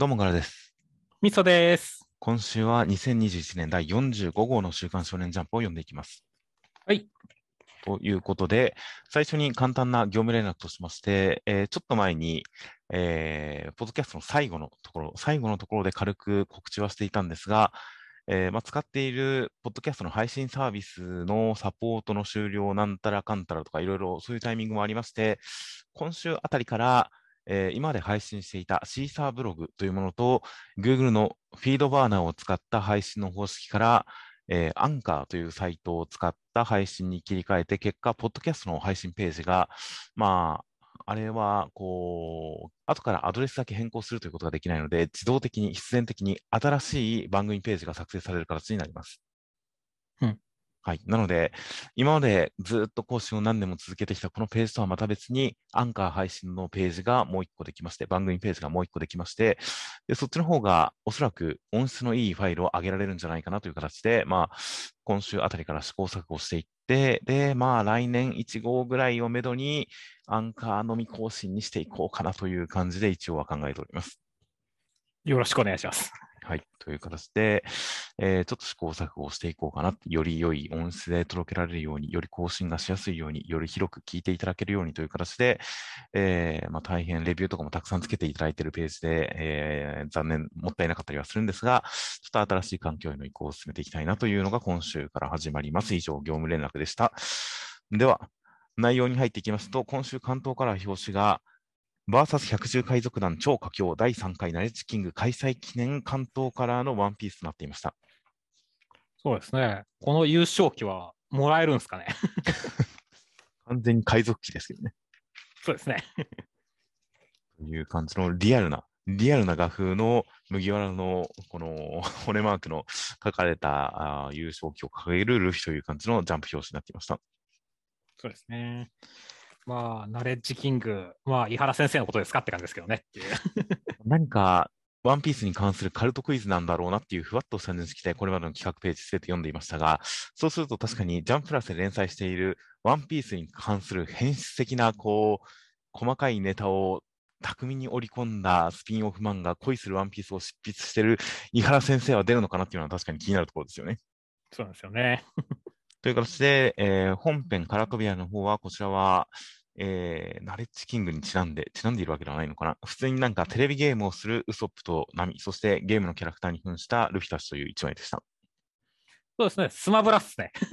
どうも、柄です。 みそです。 今週は2021年第45号の週刊少年ジャンプを読んでいきます。 はい。 ということで、最初に簡単な業務連絡としまして、ちょっと前に、ポッドキャストの最後のところで軽く告知はしていたんですが、使っているポッドキャストの配信サービスのサポートの終了なんたらかんたらとかいろいろそういうタイミングもありまして、今週あたりから、今まで配信していたシーサーブログというものと Google のフィードバーナーを使った配信の方式から、アンカーというサイトを使った配信に切り替えて、結果、ポッドキャストの配信ページが、あれは、後からアドレスだけ変更するということができないので、自動的に、必然的に新しい番組ページが作成される形になります。 うん。 はい。なので、今までずっと更新を何年も続けてきたこのページとはまた別に、アンカー配信のページがもう一個できまして、番組ページがもう一個できまして、で、そっちの方がおそらく音質のいいファイルを上げられるんじゃないかなという形で、今週あたりから試行錯誤していって、で、来年1号ぐらいをめどに、アンカーのみ更新にしていこうかなという感じで一応は考えております。 よろしくお願いします。 はい。という形で、ちょっと試行錯誤をしていこうかな。より良い音質で届けられるように、より更新がしやすいように、より広く聞いていただけるようにという形で、大変レビューとかもたくさんつけていただいているページで、残念、もったいなかったりはするんですが、ちょっと新しい環境への移行を進めていきたいなというのが今週から始まります。以上、業務連絡でした。では、内容に入っていきますと、今週関東から表紙が、バーサス百獣海賊団超佳境第3回ナレッジキング開催記念関東カラーのワンピースとなっていました。 そうですね。この優勝旗はもらえるんですかね。 完全に海賊旗ですけどね。 そうですね。 という感じのリアルな画風の麦わらのこの骨マークの書かれた優勝旗を掲げるルフィという感じのジャンプ表紙になっていました。 そうですね。ナレッジキング、井原先生のことですかって感じですけどねっていう。 何かワンピースに関するカルトクイズなんだろうなっていうふわっとした認識でこれまでの企画ページ全て読んでいましたが、そうすると確かにジャンププラスで連載しているワンピースに関する変質的な細かいネタを巧みに織り込んだスピンオフ漫画恋するワンピースを執筆している井原先生は出るのかなっていうのは確かに気になるところですよね。 そうなんですよね。 という形で、本編カラトビアの方は、こちらは、ナレッジキングにちなんでいるわけではないのかな。普通になんかテレビゲームをするウソップとナミ、そしてゲームのキャラクターに扮したルフィたちという一枚でした。 そうですね。スマブラっすね。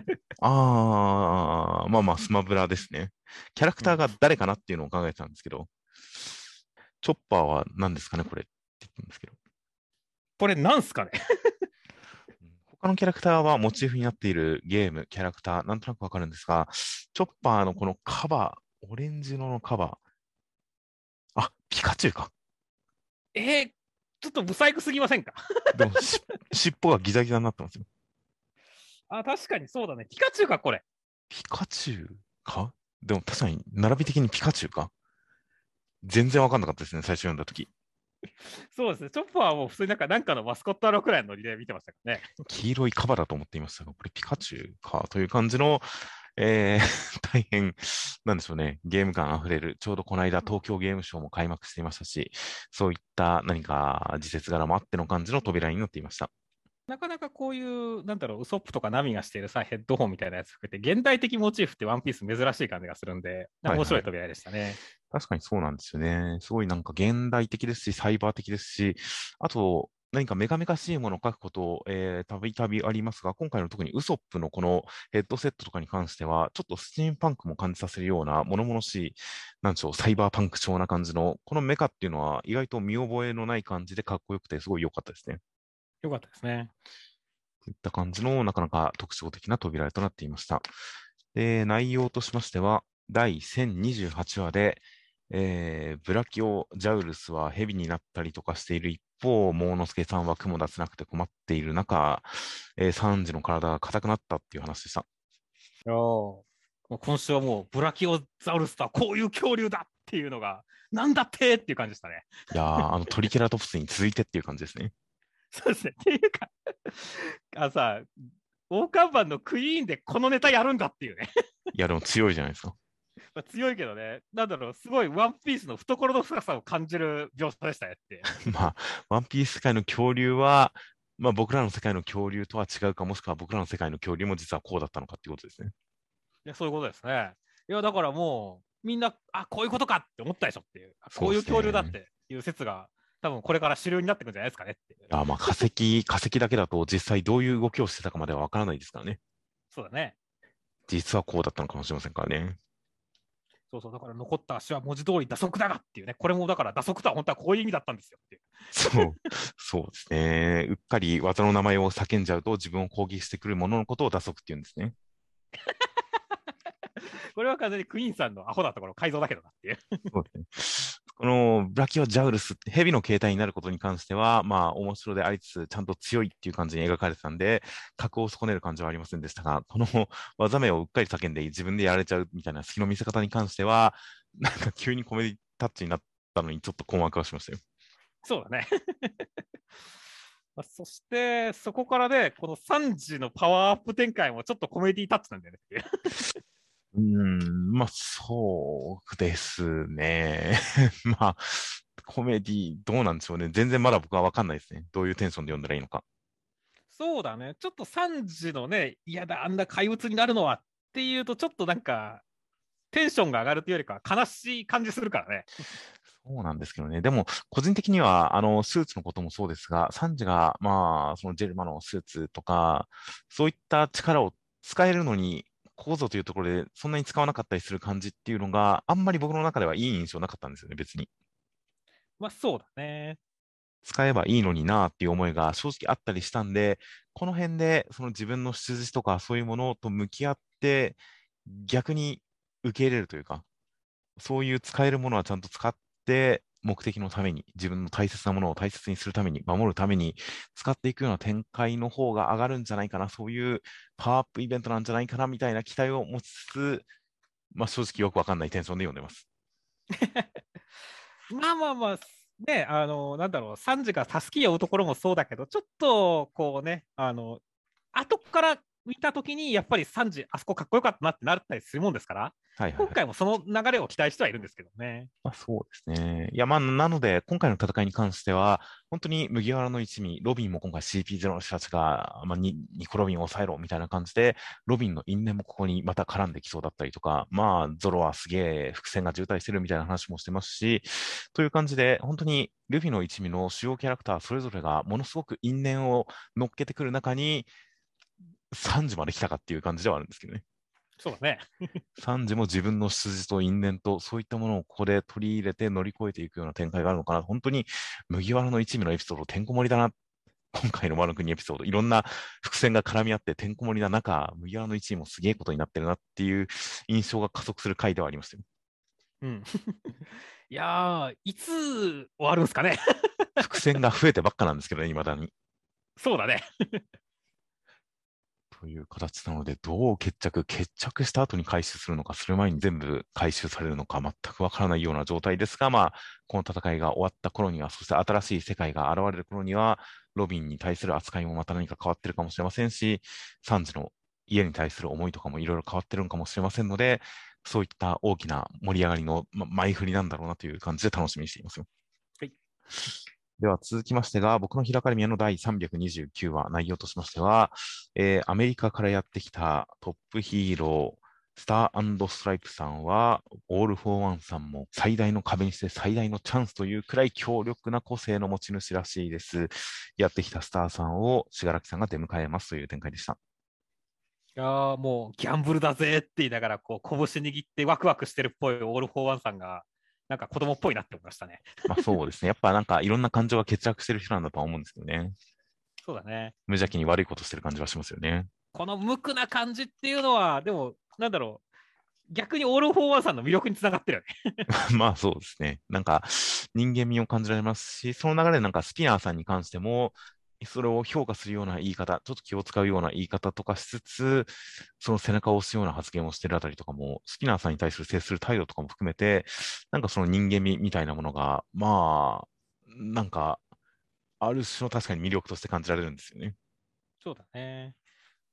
スマブラですね。キャラクうん、 ターが誰かなっていうのを考えてたんですけど、チョッパーは何ですかね、これって言ってるんですけど。 これなんすかね。 他のキャラクターはモチーフになっているゲーム、キャラクター、なんとなくわかるんですが、チョッパーのこのカバー、オレンジ色のカバー、ピカチュウか。 ちょっとブサイクすぎませんか？ でも尻尾がギザギザになってますよ。 確かにそうだね。ピカチュウか、これ。 ピカチュウか。でも確かに、並び的にピカチュウか。全然わかんなかったですね、最初読んだとき。 そうですね。チョッパーはもう普通になんかのマスコットアローくらいのノリで見てましたからね。 黄色いカバだと思っていましたが、これピカチュウかという感じの、大変、なんでしょうね、ゲーム感あふれる、ちょうどこの間東京ゲームショウも開幕していましたし、そういった何か時節柄もあっての感じの扉になっていました。 なかなかこういう、ウソップとかナミがしているさ、ヘッドホンみたいなやつ含めて、現代的モチーフってワンピース珍しい感じがするんで、 はいはい。 面白い扉でしたね。 確かにそうなんですよね。すごいなんか現代的ですし、サイバー的ですし、あと、何かメカメカしいものを書くこと、たびたびありますが、今回の特にウソップのこのヘッドセットとかに関しては、ちょっとスチームパンクも感じさせるような、物々しい、なんでしょう、サイバーパンク調な感じの、このメカっていうのは意外と見覚えのない感じでかっこよくて、すごい良かったですね。 よかったですね。 といった感じの、なかなか特徴的な扉絵となっていました。で、内容としましては、第1028話で、ブラキオ・ジャウルスは蛇になったりとかしている一方、モーノスケさんは雲立つなくて困っている中、サンジの体が硬くなったっていう話でした。 いやもう今週はもうブラキオザウルスとはこういう恐竜だっていうのが、なんだってっていう感じでしたね。 いやー、トリケラトプスに続いてっていう感じですね。 そうですね。っていうか、さ、大看板のクイーンでこのネタやるんだっていうね。 いや、でも強いじゃないですか。 強いけどね、なんだろう、すごいワンピースの懐の深さを感じる描写でしたねって。 まあ、ワンピース世界の恐竜は、まあ僕らの世界の恐竜とは違うか、もしくは僕らの世界の恐竜も実はこうだったのかっていうことですね。 いや、そういうことですね。いや、だからもう、みんな、あ、こういうことかって思ったでしょっていう、 そうでこういう恐竜だっすね。 ていう説が、多分これから主流になってくるんじゃないですかねっていう。 まあ化石だけだと実際どういう動きをしてたかまではわからないですからね。 そうだね。 実はこうだったのかもしれませんからね。 そうそう、だから残った足は文字通り打足だがっていうね、これもだから打足とは本当はこういう意味だったんですよっていう。 そう、そうですね。うっかり技の名前を叫んじゃうと自分を攻撃してくるもののことを打足っていうんですね。 これは完全にクイーンさんのアホなところ改造だけどなっていう。 そうですね。このブラキオジャウルスって蛇の形態になることに関しては、まあ面白でありつつ、ちゃんと強いっていう感じに描かれてたんで、格を損ねる感じはありませんでしたが、この技名をうっかり叫んで自分でやられちゃうみたいな隙の見せ方に関しては、なんか急にコメディタッチになったのにちょっと困惑はしましたよ。 そうだね。そして、そこからね、この3時のパワーアップ展開もちょっとコメディタッチなんだよねっていう。 まあそうですね。まあ、コメディどうなんでしょうね。全然まだ僕はわかんないですね。どういうテンションで読んだらいいのか。 そうだね。ちょっと3時のね、いやだ、あんな怪物になるのはっていうと、ちょっとなんか、テンションが上がるというよりかは悲しい感じするからね。 そうなんですけどね。でも、個人的には、スーツのこともそうですが、サンジが、まあ、そのジェルマのスーツとか、そういった力を使えるのに、ここぞというところで、そんなに使わなかったりする感じっていうのがあんまり僕の中ではいい印象なかったんですよね、別に。 まあそうだね。 使えばいいのになっていう思いが正直あったりしたんで、この辺でその自分の出自とかそういうものと向き合って、逆に受け入れるというか、そういう使えるものはちゃんと使って、目的のために、自分の大切なものを大切にするために、守るために使っていくような展開の方が上がるんじゃないかな、そういうパワーアップイベントなんじゃないかな、みたいな期待を持ちつつ、まあ正直よくわかんないテンションで読んでます。 まあまあまあ、ね、なんだろう、サンジが助け合うところもそうだけど、ちょっと、こうね、後から見たときに、やっぱりサンジ、あそこかっこよかったなってなったりするもんですから、 はいはいはい。 今回もその流れを期待してはいるんですけどね。 まあそうですね。いやまあなので、今回の戦いに関しては、本当に麦わらの一味、ロビンも今回 CP0 の人たちが、まあ、ニコロビンを抑えろみたいな感じで、ロビンの因縁もここにまた絡んできそうだったりとか、まあ、ゾロはすげえ伏線が渋滞してるみたいな話もしてますし、という感じで、本当にルフィの一味の主要キャラクターそれぞれがものすごく因縁を乗っけてくる中に、3時まで来たかっていう感じではあるんですけどね。 そうだね。 サンジも自分の出自と因縁と、そういったものをここで取り入れて乗り越えていくような展開があるのかな。本当に麦わらの一味のエピソード、てんこ盛りだな。今回のワノ国エピソード、いろんな伏線が絡み合っててんこ盛りな中、麦わらの一味もすげえことになってるなっていう印象が加速する回ではありますよ。 うん。いやー、いつ終わるんですかね。 伏線が増えてばっかなんですけどね、未だに。 そうだね。 という形なので、どう決着した後に回収するのか、する前に全部回収されるのか、全くわからないような状態ですが、まあ、この戦いが終わった頃には、そして新しい世界が現れる頃には、ロビンに対する扱いもまた何か変わってるかもしれませんし、サンジの家に対する思いとかもいろいろ変わってるのかもしれませんので、そういった大きな盛り上がりの、前振りなんだろうなという感じで楽しみにしていますよ。 はい。 では続きましてが、僕の開かれ宮の第329話、内容としましては、アメリカからやってきたトップヒーロー、スターストライプさんは、オール・フォー・ワンさんも最大の壁にして最大のチャンスというくらい強力な個性の持ち主らしいです。やってきたスターさんを、しがらきさんが出迎えますという展開でした。 いやーもうギャンブルだぜって言いながら、こう、拳握ってワクワクしてるっぽいオール・フォー・ワンさんが、なんか子供っぽいなって思いましたね。 まあそうですね。やっぱなんかいろんな感情が欠落してる人なんだとは思うんですけどね。 そうだね。 無邪気に悪いことしてる感じはしますよね。 この無垢な感じっていうのは、でも、なんだろう、逆にオール・フォー・ワンさんの魅力につながってるよね。 まあそうですね。なんか人間味を感じられますし、その流れでなんかスピナーさんに関しても、それを評価するような言い方、ちょっと気を使うような言い方とかしつつ、その背中を押すような発言をしてるあたりとかも、スピナーさんに対する接する態度とかも含めて、なんかその人間味みたいなものが、まあ、なんか、ある種の確かに魅力として感じられるんですよね。 そうだね。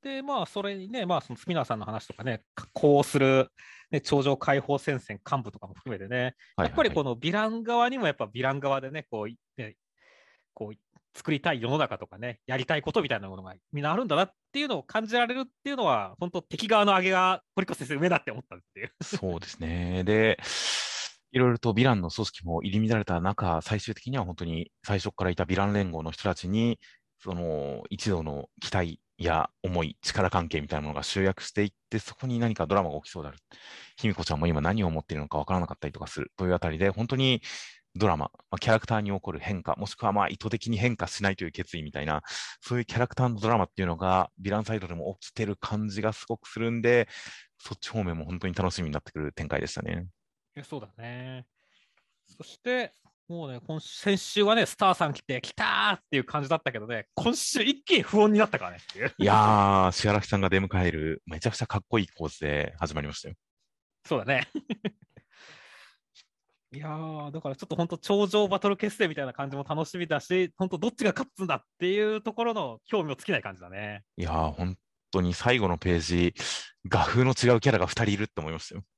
で、まあ、それにね、まあ、そのスピナーさんの話とかね、こうする、ね、頂上解放戦線幹部とかも含めてね、やっぱりはいはいはい。 このヴィラン側にもやっぱヴィラン側でね、こう作りたい世の中とかね、やりたいことみたいなものがみんなあるんだなっていうのを感じられるっていうのは、本当敵側の上げが堀越先生上だって思ったっていう。 そうですね。で、いろいろとヴィランの組織も入り乱れた中、最終的には本当に最初からいたヴィラン連合の人たちに、その一度の期待や思い、力関係みたいなものが集約していって、そこに何かドラマが起きそうである。卑弥呼ちゃんも今何を思っているのかわからなかったりとかするというあたりで、本当にドラマ、キャラクターに起こる変化、もしくは意図的に変化しないという決意みたいな、そういうキャラクターのドラマっていうのが、ヴィランサイドでも起きてる感じがすごくするんで、そっち方面も本当に楽しみになってくる展開でしたね。 そうだね。そして、もうね、先週はね、スターさん来て、来たーっていう感じだったけどね、今週一気に不穏になったからねっていう。 いやー、シアラキさんが出迎える、めちゃくちゃかっこいい構図で始まりましたよ。 そうだね。いやだからちょっと本当、頂上バトル決戦みたいな感じも楽しみだし、本当、どっちが勝つんだっていうところの興味を尽きない感じだね。 いやー、本当に最後のページ、画風の違うキャラが2人いるって思いましたよ。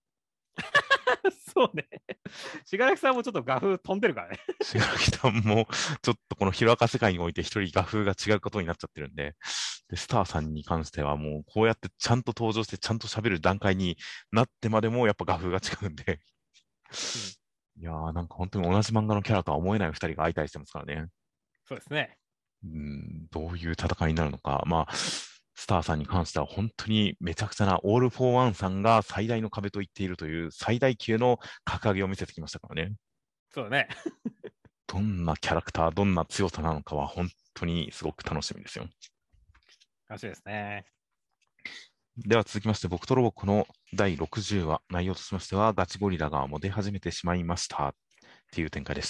そうね。しがらきさんもちょっと画風飛んでるからね。 シアラキさんも、ちょっとこのヒロアカ世界において一人画風が違うことになっちゃってるんで、で、スターさんに関してはもう、こうやってちゃんと登場して、ちゃんと喋る段階になってまでも、やっぱ画風が違うんで、 うん、 いやー、なんか本当に同じ漫画のキャラとは思えない2人が相対してますからね。 そうですね。 どういう戦いになるのか。スターさんに関しては本当にめちゃくちゃなオール・フォー・ワンさんが最大の壁と言っているという最大級の格上げを見せてきましたからね。 そうだね。 どんなキャラクター、どんな強さなのかは本当にすごく楽しみですよ。 楽しいですね。 では続きまして、僕とロボコの第60話、内容としましては、ガチゴリラがも出始めてしまいましたっていう展開でした。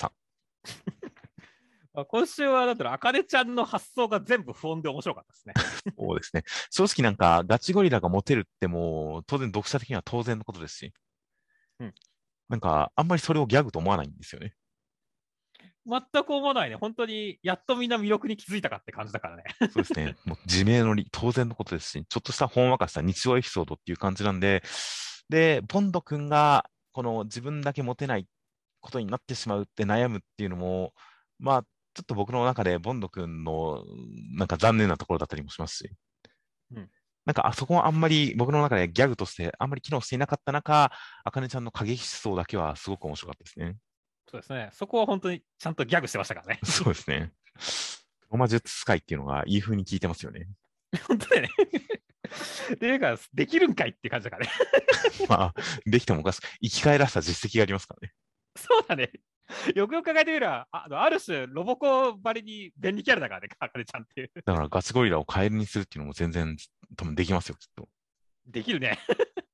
今週は、なんだろう、あかねちゃんの発想が全部不穏で面白かったですね。 そうですね。正直なんか、ガチゴリラがモテるってもう、当然読者的には当然のことですし、 うん。 なんか、あんまりそれをギャグと思わないんですよね。 全く思わないね。本当に、やっとみんな魅力に気づいたかって感じだからね。 そうですね。もう自明の理、当然のことですし、ちょっとしたほんわかした日常エピソードっていう感じなんで、で、ボンド君が、この自分だけモテないことになってしまうって悩むっていうのも、ちょっと僕の中でボンド君のなんか残念なところだったりもしますし、 うん。 なんかあそこはあんまり僕の中でギャグとしてあんまり機能していなかった中、あかねちゃんの過激思想だけはすごく面白かったですね。 そうですね。そこは本当にちゃんとギャグしてましたからね。 そうですね。ロマ術使いっていうのがいい風に聞いてますよね。 本当だよね。っていうか、できるんかいっていう感じだからね。 できてもおかしく、生き返らせた実績がありますからね。 そうだね。よくよく考えてみれば、ある種、ロボコばりに便利キャラだからね、あかねちゃんっていう。 だからガチゴリラをカエルにするっていうのも全然多分できますよ、きっと。 できるね。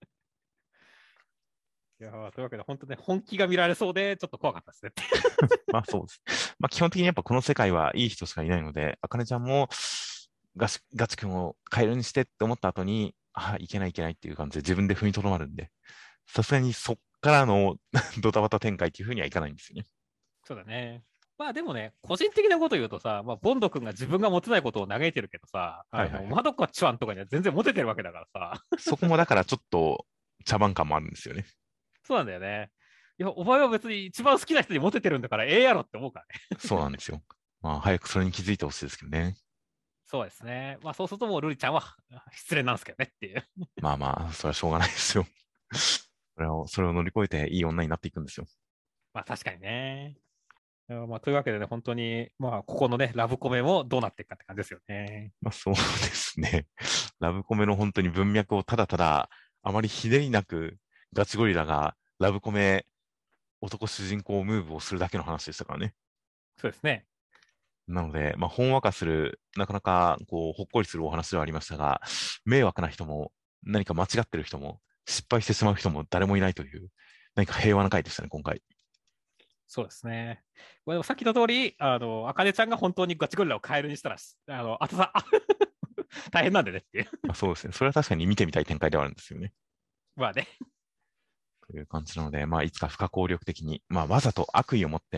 いやというわけで、本当ね、本気が見られそうで、ちょっと怖かったですね。 そうです。基本的にやっぱこの世界はいい人しかいないので、あかねちゃんもガチ君をカエルにしてって思った後に、いけないいけないっていう感じで自分で踏みとどまるんで、さすがにそっからのドタバタ展開っていうふうにはいかないんですよね。 そうだね。まあでもね、個人的なこと言うとさ、ボンド君が自分が持てないことを嘆いてるけどさ、 はいはいはい。 マドカチュアンとかには全然モテてるわけだからさ。 そこもだからちょっと茶番感もあるんですよね。 そうなんだよね。いや、お前は別に一番好きな人にモテてるんだからええやろって思うからね。 そうなんですよ。早くそれに気づいてほしいですけどね。 そうですね。そうするともうルリちゃんは失恋なんですけどねっていう。 それはしょうがないですよ。それを乗り越えていい女になっていくんですよ。 確かにね。というわけでね、本当に、ここのね、ラブコメもどうなっていくかって感じですよね。 そうですね。ラブコメの本当に文脈をただただ、あまりひねりなく、ガチゴリラがラブコメ男主人公ムーブをするだけの話でしたからね。 そうですね。 なので、ほんわかする、なかなかこう、ほっこりするお話ではありましたが、迷惑な人も、何か間違ってる人も、失敗してしまう人も誰もいないという、何か平和な回でしたね、今回。 そうですね。でもさっきの通り、あかねちゃんが本当にガチゴリラをカエルにしたら、あとさ、大変なんでねっていう。 そうですね。それは確かに見てみたい展開ではあるんですよね。 まあね。 という感じなので、いつか不可抗力的に、わざと悪意を持って、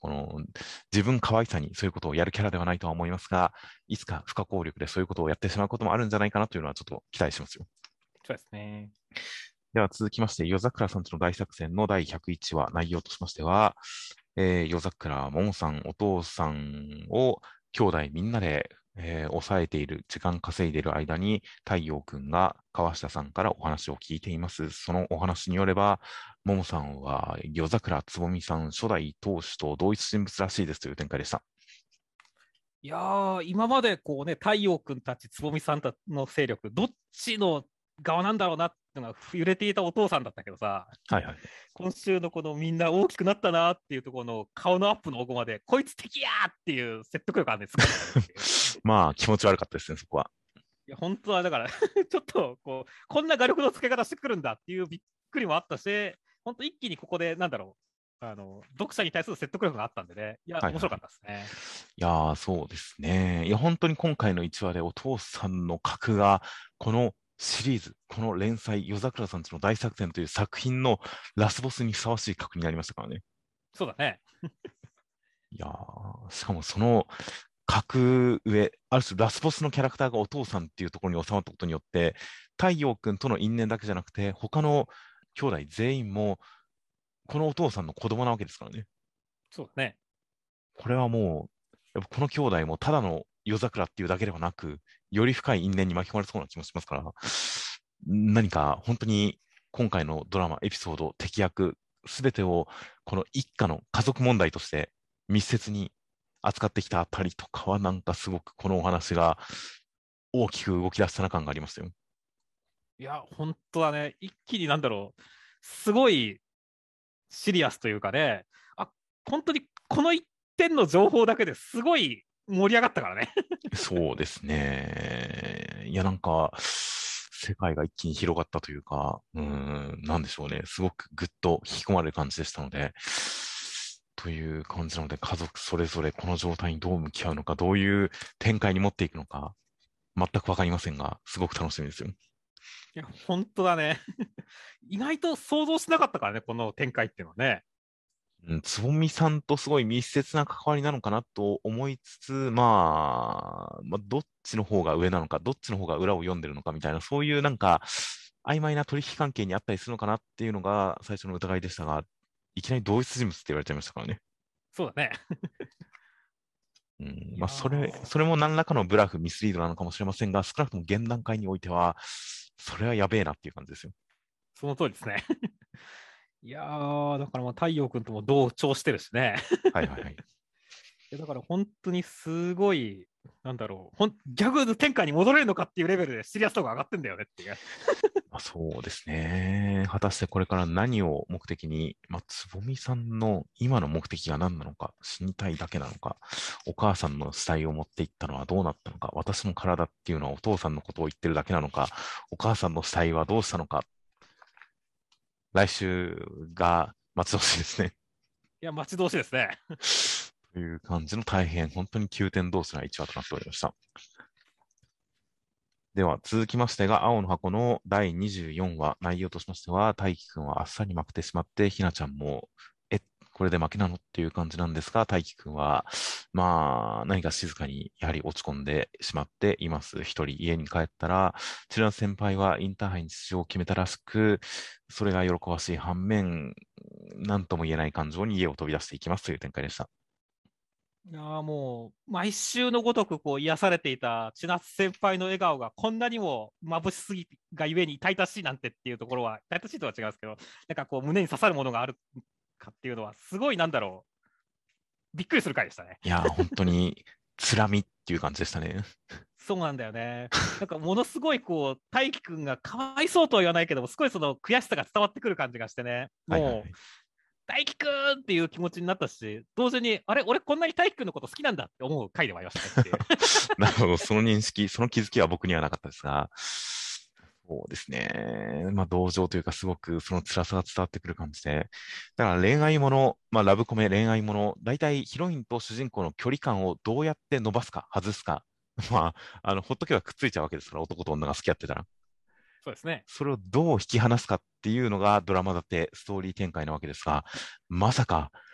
この自分可愛さにそういうことをやるキャラではないとは思いますが、いつか不可抗力でそういうことをやってしまうこともあるんじゃないかなというのはちょっと期待しますよ。 そうですね。 では続きまして、夜桜さんちの大作戦の第101話、内容としましては、夜桜、ももさん、お父さんを兄弟みんなで、抑えている、時間稼いでいる間に、太陽くんが川下さんからお話を聞いています。そのお話によれば、ももさんは夜桜つぼみさん初代当主と同一人物らしいですという展開でした。 いやー、今までこうね、太陽君たち、つぼみさんたちの勢力、どっちの側なんだろうなっていうのが揺れていたお父さんだったけどさ、 はいはい。 今週のこのみんな大きくなったなっていうところの顔のアップの奥まで、こいつ敵やーっていう説得力あるんですからね。 まあ、気持ち悪かったですね、そこは。 いや、本当はだからちょっとこう、こんな画力の付け方してくるんだっていうびっくりもあったし、本当一気にここで、なんだろう、読者に対する説得力があったんでね、いや、 はいはい。 面白かったですね。 いやー、そうですね。いや、本当に今回の1話でお父さんの格が、このシリーズ、この連載、夜桜さんちの大作戦という作品のラスボスにふさわしい格になりましたからね。 そうだね。 いやー、しかもその格上、ある種ラスボスのキャラクターがお父さんっていうところに収まったことによって、太陽君との因縁だけじゃなくて、他の兄弟全員も、このお父さんの子供なわけですからね。 そうだね。 これはもう、やっぱこの兄弟もただの夜桜っていうだけではなく、より深い因縁に巻き込まれそうな気もしますから、何か本当に今回のドラマ、エピソード、敵役、すべてをこの一家の家族問題として密接に扱ってきたあたりとかは、なんかすごくこのお話が大きく動き出したな感がありましたよ。 いや、本当だね。一気になんだろう。すごいシリアスというかね、あ、本当にこの一点の情報だけですごい盛り上がったからね。 そうですね。いや、なんか、世界が一気に広がったというか、なんでしょうね。すごくぐっと引き込まれる感じでしたので、という感じなので、家族それぞれこの状態にどう向き合うのか、どういう展開に持っていくのか、全くわかりませんが、すごく楽しみですよ。 いや、本当だね。意外と想像しなかったからね、この展開っていうのはね。 うん、つぼみさんとすごい密接な関わりなのかなと思いつつ、まあ、どっちの方が上なのか、どっちの方が裏を読んでるのかみたいな、そういうなんか、曖昧な取引関係にあったりするのかなっていうのが最初の疑いでしたが、いきなり同一人物って言われちゃいましたからね。 そうだね。いまあ、 やそれも何らかのブラフ、ミスリードなのかもしれませんが、少なくとも現段階においては、それはやべえなっていう感じですよ。 その通りですね。いやだから太陽君とも同調してるしね。 はいはいはい。 だから本当にすごい、なんだろう、ギャグ展開に戻れるのかっていうレベルでシリアス度が上がってんだよねっていう。 まあ、そうですね。果たしてこれから何を目的に、つぼみさんの今の目的が何なのか、死にたいだけなのか、お母さんの死体を持っていったのはどうなったのか、私の体っていうのはお父さんのことを言ってるだけなのか、お母さんの死体はどうしたのか、来週が待ち遠しいですね。 いや、待ち遠しいですね。 という感じの大変、本当に急転動数な一話となっておりました。では、続きましてが、青の箱の第24話、内容としましては、大輝くんはあっさり負けてしまって、ひなちゃんも、これで負けなのっていう感じなんですが、大輝くんは、何か静かにやはり落ち込んでしまっています。一人家に帰ったら、千奈先輩はインターハイに出場を決めたらしく、それが喜ばしい反面、何とも言えない感情に家を飛び出していきますという展開でした。 いやもう、毎週のごとくこう癒されていた千夏先輩の笑顔がこんなにも眩しすぎがゆえに痛々しいなんてっていうところは、痛々しいとは違うんですけど、なんかこう胸に刺さるものがあるかっていうのは、すごいなんだろう、びっくりする回でしたね。 いやー、本当に、つらみっていう感じでしたね。 そうなんだよね。なんかものすごいこう、大輝くんがかわいそうとは言わないけども、すごいその悔しさが伝わってくる感じがしてね、もう、 はいはいはい。 大輝くんっていう気持ちになったし、同時に、あれ、俺こんなに大輝くんのこと好きなんだって思う回でもありましたねっていう。 なるほど、その認識、その気づきは僕にはなかったですが、そうですね。同情というか、すごくその辛さが伝わってくる感じで。だから恋愛もの、ラブコメ、恋愛もの、大体ヒロインと主人公の距離感をどうやって伸ばすか、外すか。ほっとけばくっついちゃうわけですから、男と女が好き合ってたら。 そうですね。 それをどう引き離すかっていうのがドラマだってストーリー展開なわけですが、まさか、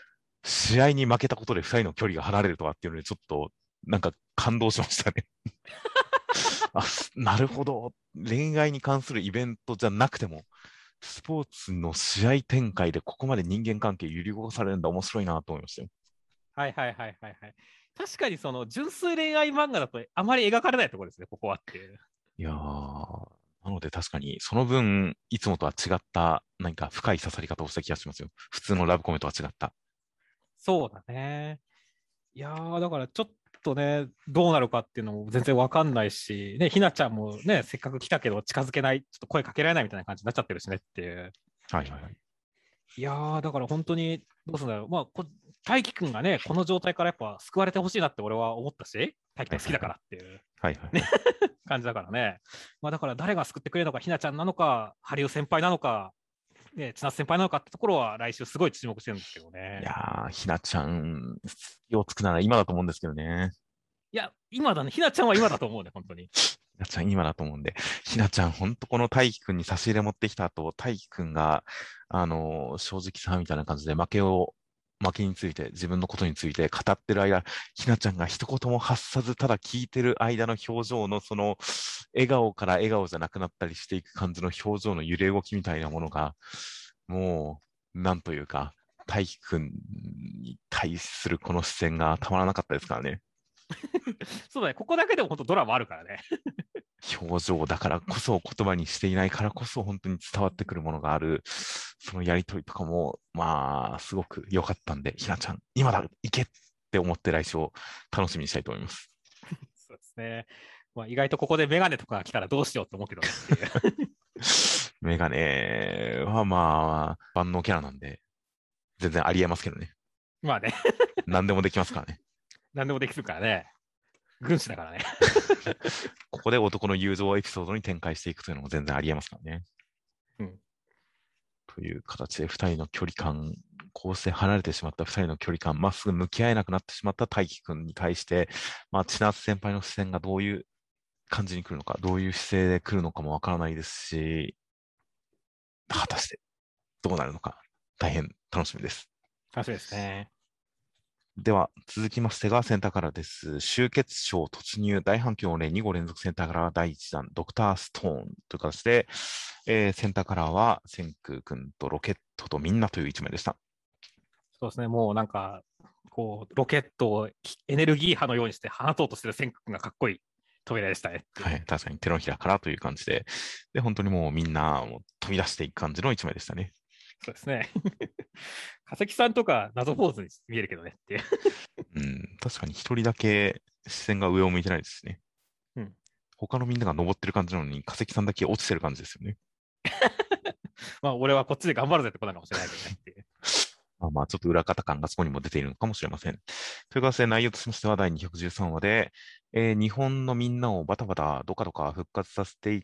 試合に負けたことで2人の距離が離れるとはっていうので、ちょっとなんか感動しましたね。あ、なるほど。恋愛に関するイベントじゃなくても、スポーツの試合展開でここまで人間関係揺り動かされるんだ、面白いなと思いましたよ。 はいはいはいはいはい。確かにその純粋恋愛漫画だとあまり描かれないところですね、ここはっていう。 いやー、なので確かに、その分、いつもとは違った、何か深い刺さり方をした気がしますよ。普通のラブコメとは違った。 そうだね。いやー、だからちょっとね、どうなるかっていうのも全然わかんないし、ね、ひなちゃんもね、せっかく来たけど近づけない、ちょっと声かけられないみたいな感じになっちゃってるしねっていう。 はいはいはい。 いやー、だから本当に、どうすんだろう。まあ、大輝くんがね、この状態からやっぱ救われてほしいなって俺は思ったし、大輝くん好きだからっていうはいはいはい。 感じだからね。まあ、だから誰が救ってくれるのか、ひなちゃんなのか、ハリウ先輩なのか、ね、千夏先輩なのかってところは来週すごい注目してるんですけどいね。 やー、ひなちゃん、隙をつくなら今だと思うんですけどね。 いや、今だね、ひなちゃんは今だと思うね、本当に。 ひなちゃん今だと思うんで、ひなちゃん、ほんとこの大輝くんに差し入れ持ってきた後、大輝くんが、正直さみたいな感じで負けについて、自分のことについて語ってる間、ひなちゃんが一言も発さず、ただ聞いてる間の表情の、その、笑顔から笑顔じゃなくなったりしていく感じの表情の揺れ動きみたいなものが、もう、なんというか、大輝くんに対するこの視線がたまらなかったですからね。 そうだね、ここだけでも本当ドラマあるからね。 表情だからこそ、言葉にしていないからこそ、本当に伝わってくるものがある、そのやりとりとかも、まあ、すごく良かったんで、ひなちゃん、今だ、行けって思って来週を楽しみにしたいと思います。 そうですね。まあ、意外とここでメガネとかが来たらどうしようと思うけどねっていう。 メガネはまあ、万能キャラなんで、全然ありえますけどね。 まあね、 何でもできますからね。 何でもできるからね。軍師だからね。 ここで男の友情エピソードに展開していくというのも全然ありえますからね。 うん。 という形で二人の距離感、こうして離れてしまった二人の距離感、まっすぐ向き合えなくなってしまった大輝くんに対して、まあ、千夏先輩の視線がどういう感じに来るのか、どういう姿勢で来るのかもわからないですし、果たしてどうなるのか、大変楽しみです。 楽しみですね。 では、続きましてがセンターカラーです。集結賞突入、大反響の例2号連続センターカラー第1弾、ドクターストーンという形で、センターカラーは、千空君とロケットとみんなという一枚でした。 そうですね、もうなんか、こう、ロケットをエネルギー波のようにして放とうとしてる戦君がかっこいい扉でしたね。 はい、確かに手のひらからという感じで、で、本当にもうみんなもう飛び出していく感じの一枚でしたね。 そうですね。化石さんとか謎ポーズに見えるけどねっていう。 うん、確かに一人だけ視線が上を向いてないですね。 うん。 他のみんなが登ってる感じなのに、化石さんだけ落ちてる感じですよね。 まあ、俺はこっちで頑張るぜってことなのかもしれないけどねっていう。 まあまあ、ちょっと裏方感がそこにも出ているのかもしれません。という形で内容としましては第213話で、日本のみんなをバタバタ、ドカドカ復活させていって、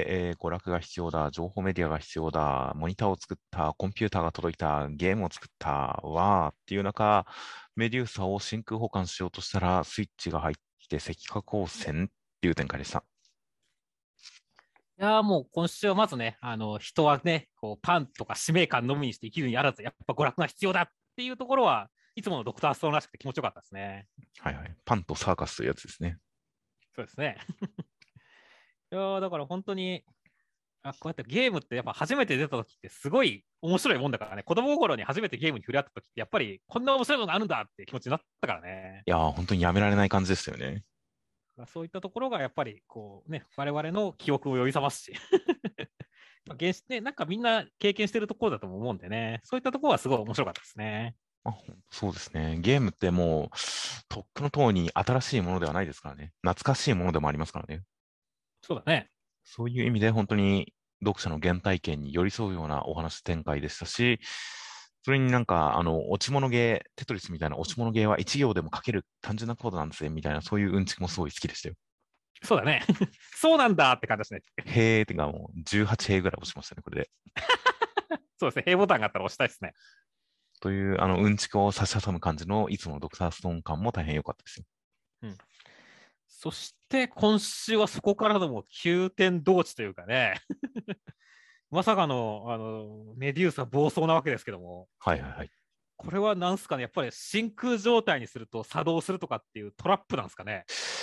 娯楽が必要だ、情報メディアが必要だ、モニターを作った、コンピューターが届いた、ゲームを作った、わーっていう中、メデューサを真空保管しようとしたら、スイッチが入って赤化光線っていう展開でした。 いやーもう今週はまずね、人はね、こうパンとか使命感のみにして生きるにあらず、やっぱ娯楽が必要だっていうところは、いつものドクターストーンらしくて気持ちよかったですね。 はいはい。パンとサーカスというやつですね。 そうですね。いやーだから本当に、こうやってゲームってやっぱ初めて出た時ってすごい面白いもんだからね、子供心に初めてゲームに触れ合った時って、やっぱりこんな面白いのがあるんだって気持ちになったからね。 いやー、本当にやめられない感じですよね。 そういったところがやっぱりこうね、我々の記憶を呼び覚ますし、ね、なんかみんな経験してるところだと思うんでね、そういったところはすごい面白かったですね。 そうですね。ゲームってもう、とっくの塔に新しいものではないですからね。懐かしいものでもありますからね。 そうだね。 そういう意味で本当に読者の原体験に寄り添うようなお話展開でしたし、それになんか、落ち物ゲー、テトリスみたいな落ち物ゲーは一行でも書ける単純なコードなんですね、みたいな、そういううんちくもすごい好きでしたよ。 そうだね。そうなんだって感じですね。 へーってかもう18へーぐらい押しましたね、これで。 そうですね。平ボタンがあったら押したいですね。 という、うんちくを差し挟む感じのいつものドクターストーン感も大変良かったですよ。 うん。そして今週はそこからのもう急転同地というかね、まさかの、メデューサ暴走なわけですけども、 はいはいはい。 これはなんすかね、やっぱり真空状態にすると作動するとかっていうトラップなんですかね。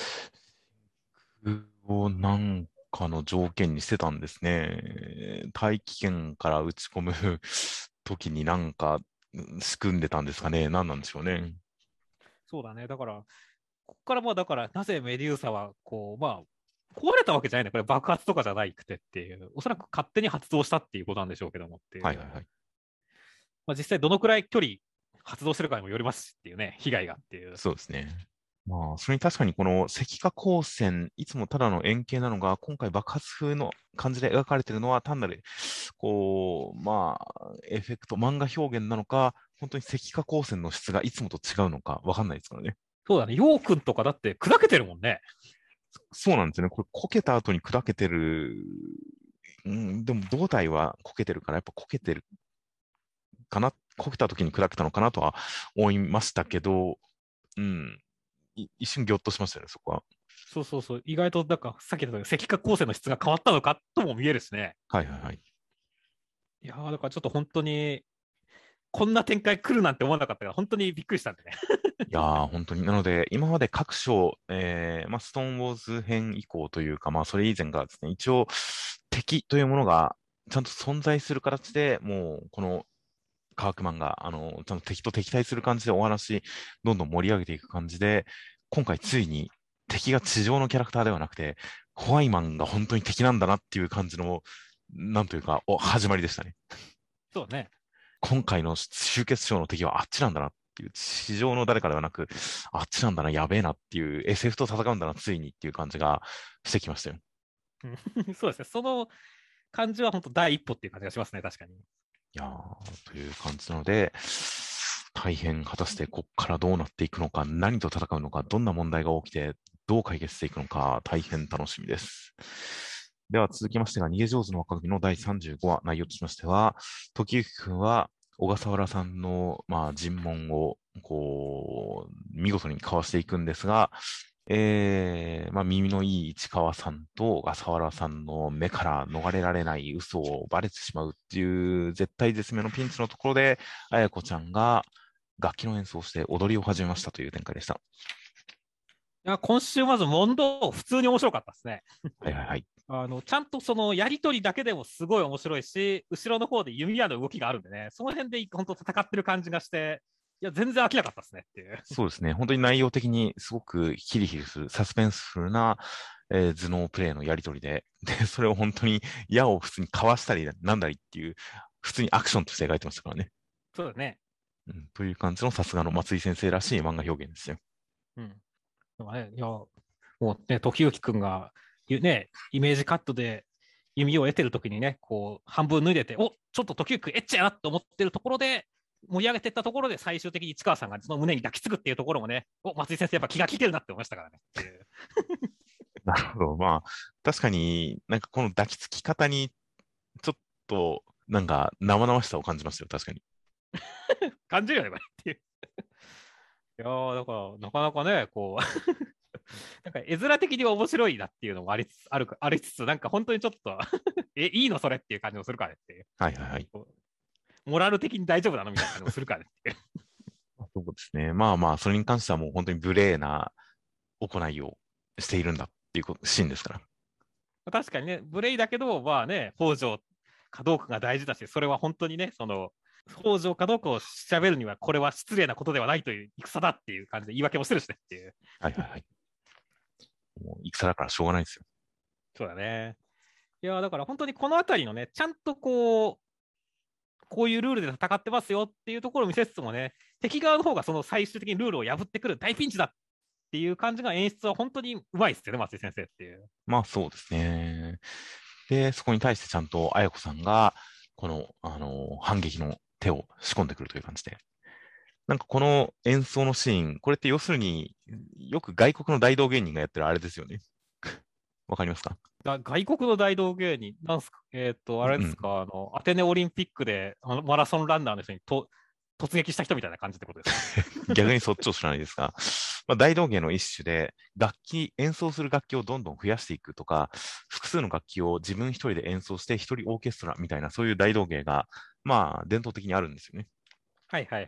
をなんかの条件にしてたんですね。大気圏から打ち込む時になんか仕組んでたんですかね。何なんでしょうね。 そうだね。だから、ここからだから、なぜメデューサは、壊れたわけじゃないね。これ爆発とかじゃないくてっていう、おそらく勝手に発動したっていうことなんでしょうけどもっていう、 はいはいはい。 実際どのくらい距離発動するかにもよりますしっていうね、被害がっていう。 そうですね。まあ、それに確かにこの石化光線、いつもただの円形なのが、今回爆発風の感じで描かれているのは、単なる、まあ、エフェクト、漫画表現なのか、本当に石化光線の質がいつもと違うのか、わかんないですからね。 そうだね。ヨウ君とかだって砕けてるもんね。 そうなんですよね。これ、こけた後に砕けてる、でも胴体はこけてるから、やっぱこけてるかな、こけた時に砕けたのかなとは思いましたけど、うん、一瞬ぎょっとしましたよね、そこは。 そうそうそう。意外と、なんか、さっき言ったように赤化光線の質が変わったのかとも見えるしね。 はいはいはい。 いやー、だからちょっと本当に、こんな展開来るなんて思わなかったから、本当にびっくりしたんでね。 いやー、本当に。なので、今まで各章、まあ、ストーンウォーズ編以降というか、まあ、それ以前からですね、一応、敵というものがちゃんと存在する形で、もう、この科学漫画、ちゃんと敵と敵対する感じでお話、どんどん盛り上げていく感じで、今回ついに敵が地上のキャラクターではなくて、ホワイマンが本当に敵なんだなっていう感じの、なんというか、始まりでしたね。 そうね。 今回の集結賞の敵はあっちなんだなっていう、地上の誰かではなく、あっちなんだな、やべえなっていう、SF と戦うんだな、ついにっていう感じがしてきましたよ。 うんそうですね。その感じは本当第一歩っていう感じがしますね、確かに。 いやー、という感じなので、大変果たしてこっからどうなっていくのか、何と戦うのか、どんな問題が起きて、どう解決していくのか、大変楽しみです。では続きましてが、逃げ上手の若君の第35話、内容としましては、時行君は小笠原さんの、まあ、尋問を、見事にかわしていくんですが、まあ、耳のいい市川さんと小笠原さんの目から逃れられない嘘をバレてしまうっていう絶対絶命のピンチのところで、綾子ちゃんが楽器の演奏をして踊りを始めましたという展開でした。 いや、今週まず問答、普通に面白かったですね。 はいはいはい。 ちゃんとそのやりとりだけでもすごい面白いし、後ろの方で弓矢の動きがあるんでね、その辺で本当戦ってる感じがして、いや、全然飽きなかったですねっていう。 そうですね。本当に内容的にすごくヒリヒリする、サスペンスフルな、頭脳プレイのやりとりで、で、それを本当に矢を普通にかわしたりなんだりっていう、普通にアクションとして描いてましたからね。 そうだね。 という感じのさすがの松井先生らしい漫画表現ですよ。 うん。でもね、いや、もうね、時行くんが、ね、イメージカットで弓を得てる時にね、こう、半分脱いでて、おちょっと時行くんエッチやなと思ってるところで、盛り上げていったところで、最終的に市川さんがその胸に抱きつくっていうところもね、松井先生やっぱ気が利いてるなって思いましたからね。 なるほど。まあ、確かになんかこの抱きつき方にちょっとなんか生々しさを感じますよ。確かに。 感じるよね、これっていう。いやー、だから、なかなかね、こう、なんか絵面的に面白いなっていうのもありつつ、なんか本当にちょっといいのそれっていう感じもするからねっていう。 はいはいはい。 モラル的に大丈夫なのみたいな感じもするからねっていう。 そうですね。まあまあ、それに関してはもう本当に無礼な行いをしているんだっていうシーンですから。 確かにね、無礼だけど、まあね、北条かどうかが大事だし、それは本当にね、北条かどうかを調べるには、これは失礼なことではないという戦だっていう感じで言い訳もしてるしねっていう。 はいはいはい。もう戦だからしょうがないですよ。 そうだね。いや、だから本当にこのあたりのね、ちゃんとこういうルールで戦ってますよっていうところを見せつつもね、敵側の方がその最終的にルールを破ってくる大ピンチだっていう感じが演出は本当にうまいですよね、松井先生っていう。 まあそうですね。で、そこに対してちゃんと綾子さんが、この、反撃の手を仕込んでくるという感じで。なんかこの演奏のシーン、これって要するによく外国の大道芸人がやってるあれですよね。わかりますか？ 外国の大道芸人、なんすか、あれうん。 ですか、アテネオリンピックでマラソンランナーの人に突撃した人みたいな感じってことですか？ 逆にそっちを知らないですが、まあ、大道芸の一種で、演奏する楽器をどんどん増やしていくとか、複数の楽器を自分一人で演奏して一人オーケストラみたいな、そういう大道芸が、まあ、伝統的にあるんですよね。 はいはいはい。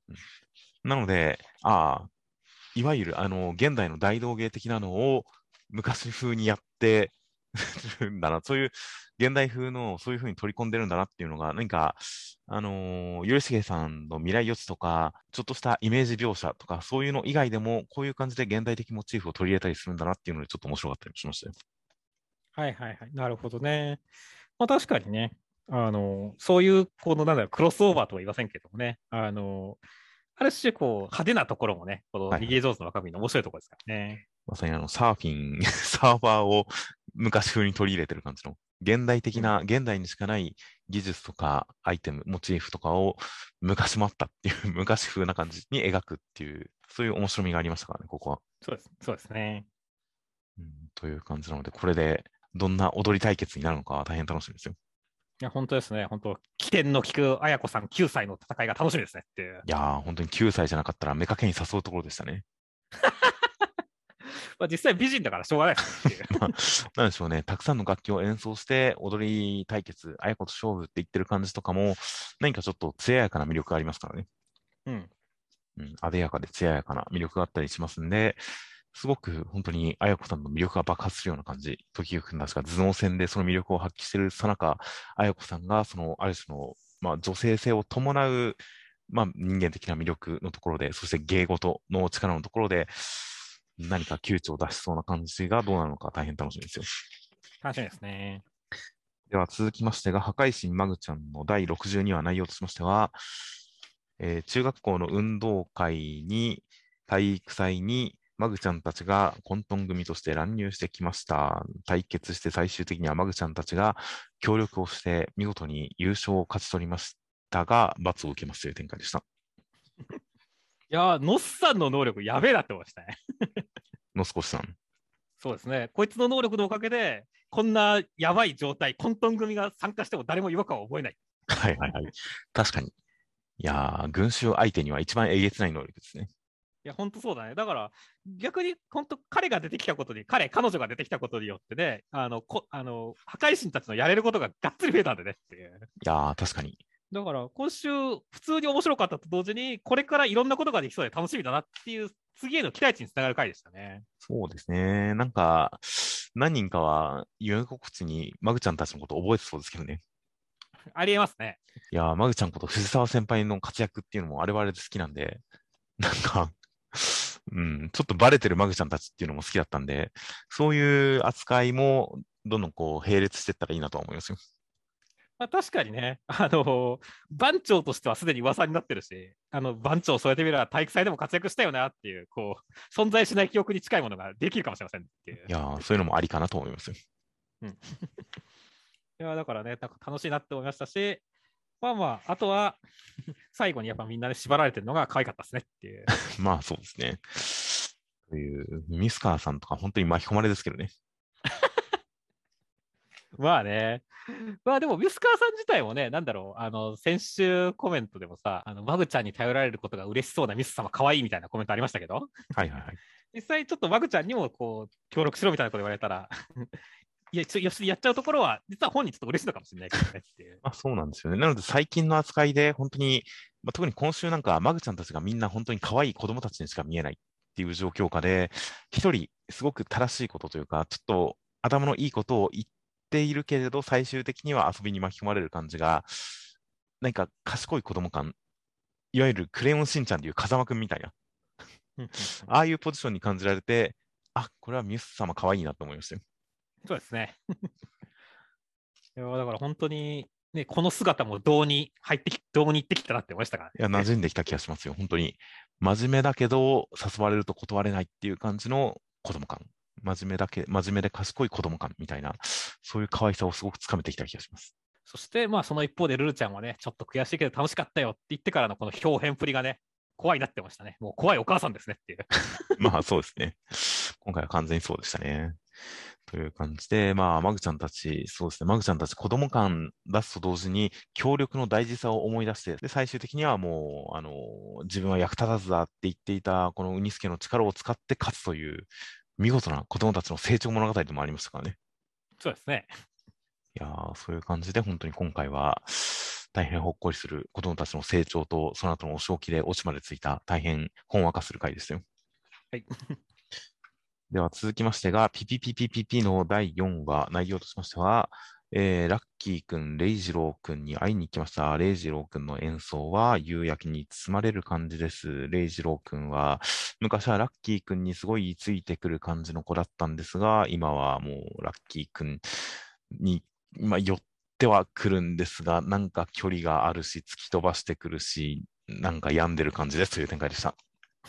なので、いわゆる現代の大道芸的なのを昔風にやってるんだな、そういう現代風のそういう風に取り込んでるんだなっていうのが、何か、頼重さんの未来予知とか、ちょっとしたイメージ描写とか、そういうの以外でも、こういう感じで現代的モチーフを取り入れたりするんだなっていうので、ちょっと面白かったりもしましたよ。 はいはいはい。なるほどね。まあ確かにね、そういう、このなんだろう、クロスオーバーとは言いませんけどもね、ある種、こう、派手なところもね、このはいはい。 逃げ上手の若君の面白いところですからね。 まさにサーフィン、サーファーを昔風に取り入れてる感じの、現代的うん。 な、現代にしかない技術とかアイテム、モチーフとかを昔もあったっていう、昔風な感じに描くっていう、そういう面白みがありましたからね、ここは。 そうです。そうですね。 うん、という感じなので、これでどんな踊り対決になるのかは大変楽しみですよ。 いや、本当ですね。本当、起点の利く綾子さん9歳の戦いが楽しみですねっていう。 いやー、本当に9歳じゃなかったら、目かけに誘うところでしたね。 まあ実際美人だからしょうがないですねっていう。 まあ、なんでしょうね、たくさんの楽器を演奏して、踊り対決、あやこと勝負って言ってる感じとかも、何かちょっと艶やかな魅力がありますからね。 うん。 うん、艶やかで艶やかな魅力があったりしますんで、すごく本当にあやこさんの魅力が爆発するような感じ。時行くんですが、頭脳戦でその魅力を発揮しているさなか、あやこさんが、その、ある種の、まあ、女性性を伴う、まあ、人間的な魅力のところで、そして芸事の力のところで、何か窮地を出しそうな感じがどうなるのか大変楽しみですよ。 楽しみですね。 では続きましてが、破壊神マグちゃんの第62話内容としましては、中学校の運動会に、体育祭に、マグちゃんたちが混沌組として乱入してきました。対決して最終的にはマグちゃんたちが協力をして見事に優勝を勝ち取りましたが、罰を受けますという展開でした。 いやー、ノッさんの能力やべえなって思いましたね。 の少しさん。 そうですね。こいつの能力のおかげで、こんなやばい状態、混沌組が参加しても誰も違和感を覚えない。 はいはいはい。確かに。いやー、群衆相手には一番えげつない能力ですね。 いや、本当そうだね。だから、逆に、本当彼が出てきたことに、彼女が出てきたことによってね、破壊神たちのやれることががっつり増えたんでねっていう。 いやー、確かに。 だから、今週、普通に面白かったと同時に、これからいろんなことができそうで楽しみだなっていう、次への期待値につながる回でしたね。 そうですね。なんか、何人かは、夢心地にマグちゃんたちのことを覚えてそうですけどね。 ありえますね。 いやー、マグちゃんこと藤沢先輩の活躍っていうのも我々で好きなんで、なんか、うん、ちょっとバレてるマグちゃんたちっていうのも好きだったんで、そういう扱いもどんどんこう並列していったらいいなとは思いますよ。 まあ、確かにね、番長としてはすでに噂になってるし、番長を添えてみれば体育祭でも活躍したよなっていう、こう、存在しない記憶に近いものができるかもしれませんっていう。 いやー、そういうのもありかなと思いますよ。 うん。いや、だからね、なんか楽しいなって思いましたし、まあまあ、あとは、最後にやっぱみんなで縛られてるのが可愛かったですねっていう。 まあそうですね。という、ミスカーさんとか本当に巻き込まれですけどね。 まあね。まあでも、ミスカーさん自体もね、なんだろう、先週コメントでもさ、マグちゃんに頼られることが嬉しそうなミス様可愛いみたいなコメントありましたけど、 はいはいはい。 実際ちょっとマグちゃんにもこう、協力しろみたいなこと言われたら、いや、よし、やっちゃうところは、実は本人ちょっと嬉しいのかもしれないけどねっていう。 まあそうなんですよね。なので最近の扱いで本当に、まあ、特に今週なんかマグちゃんたちがみんな本当に可愛い子供たちにしか見えないっていう状況下で、一人すごく正しいことというか、ちょっと頭のいいことを言っているけれど、最終的には遊びに巻き込まれる感じが、何か賢い子供感、いわゆるクレヨンしんちゃんでいう風間くんみたいな、ああいうポジションに感じられて、あ、これはミス様可愛いなと思いましたよ。 そうですね。いやだから本当に、ね、この姿も胴に入ってき、胴に行ってきたなって思いましたからいや、馴ね。 染んできた気がしますよ。本当に。真面目だけど、誘われると断れないっていう感じの子供感。真面目で賢い子供感みたいな、そういう可愛さをすごくつかめてきた気がします。 そして、まあその一方でルルちゃんはね、ちょっと悔しいけど楽しかったよって言ってからのこの表現っぷりがね、怖いなってましたね。もう怖いお母さんですねっていう。 まあ、そうですね。今回は完全にそうでしたね。という感じで、まあ、マグちゃんたち、そうですね、マグちゃんたち子供感出すと同時に、協力の大事さを思い出して、で、最終的にはもう、自分は役立たずだって言っていた、このウニスケの力を使って勝つという、見事な子供たちの成長物語でもありましたからね。 そうですね。 いやー、そういう感じで、本当に今回は大変ほっこりする子供たちの成長と、その後のお仕置きでオチまでついた大変ほんわかする回ですよ。 はい。 では続きましてが、ピピピピピピの第4話、内容としましては、ラッキーくん、レイジローくんに会いに行きました。レイジローくんの演奏は夕焼けに包まれる感じです。レイジローくんは、昔はラッキーくんにすごいついてくる感じの子だったんですが、今はもうラッキーくんに、寄ってはくるんですが、なんか距離があるし、突き飛ばしてくるし、なんか病んでる感じですという展開でした。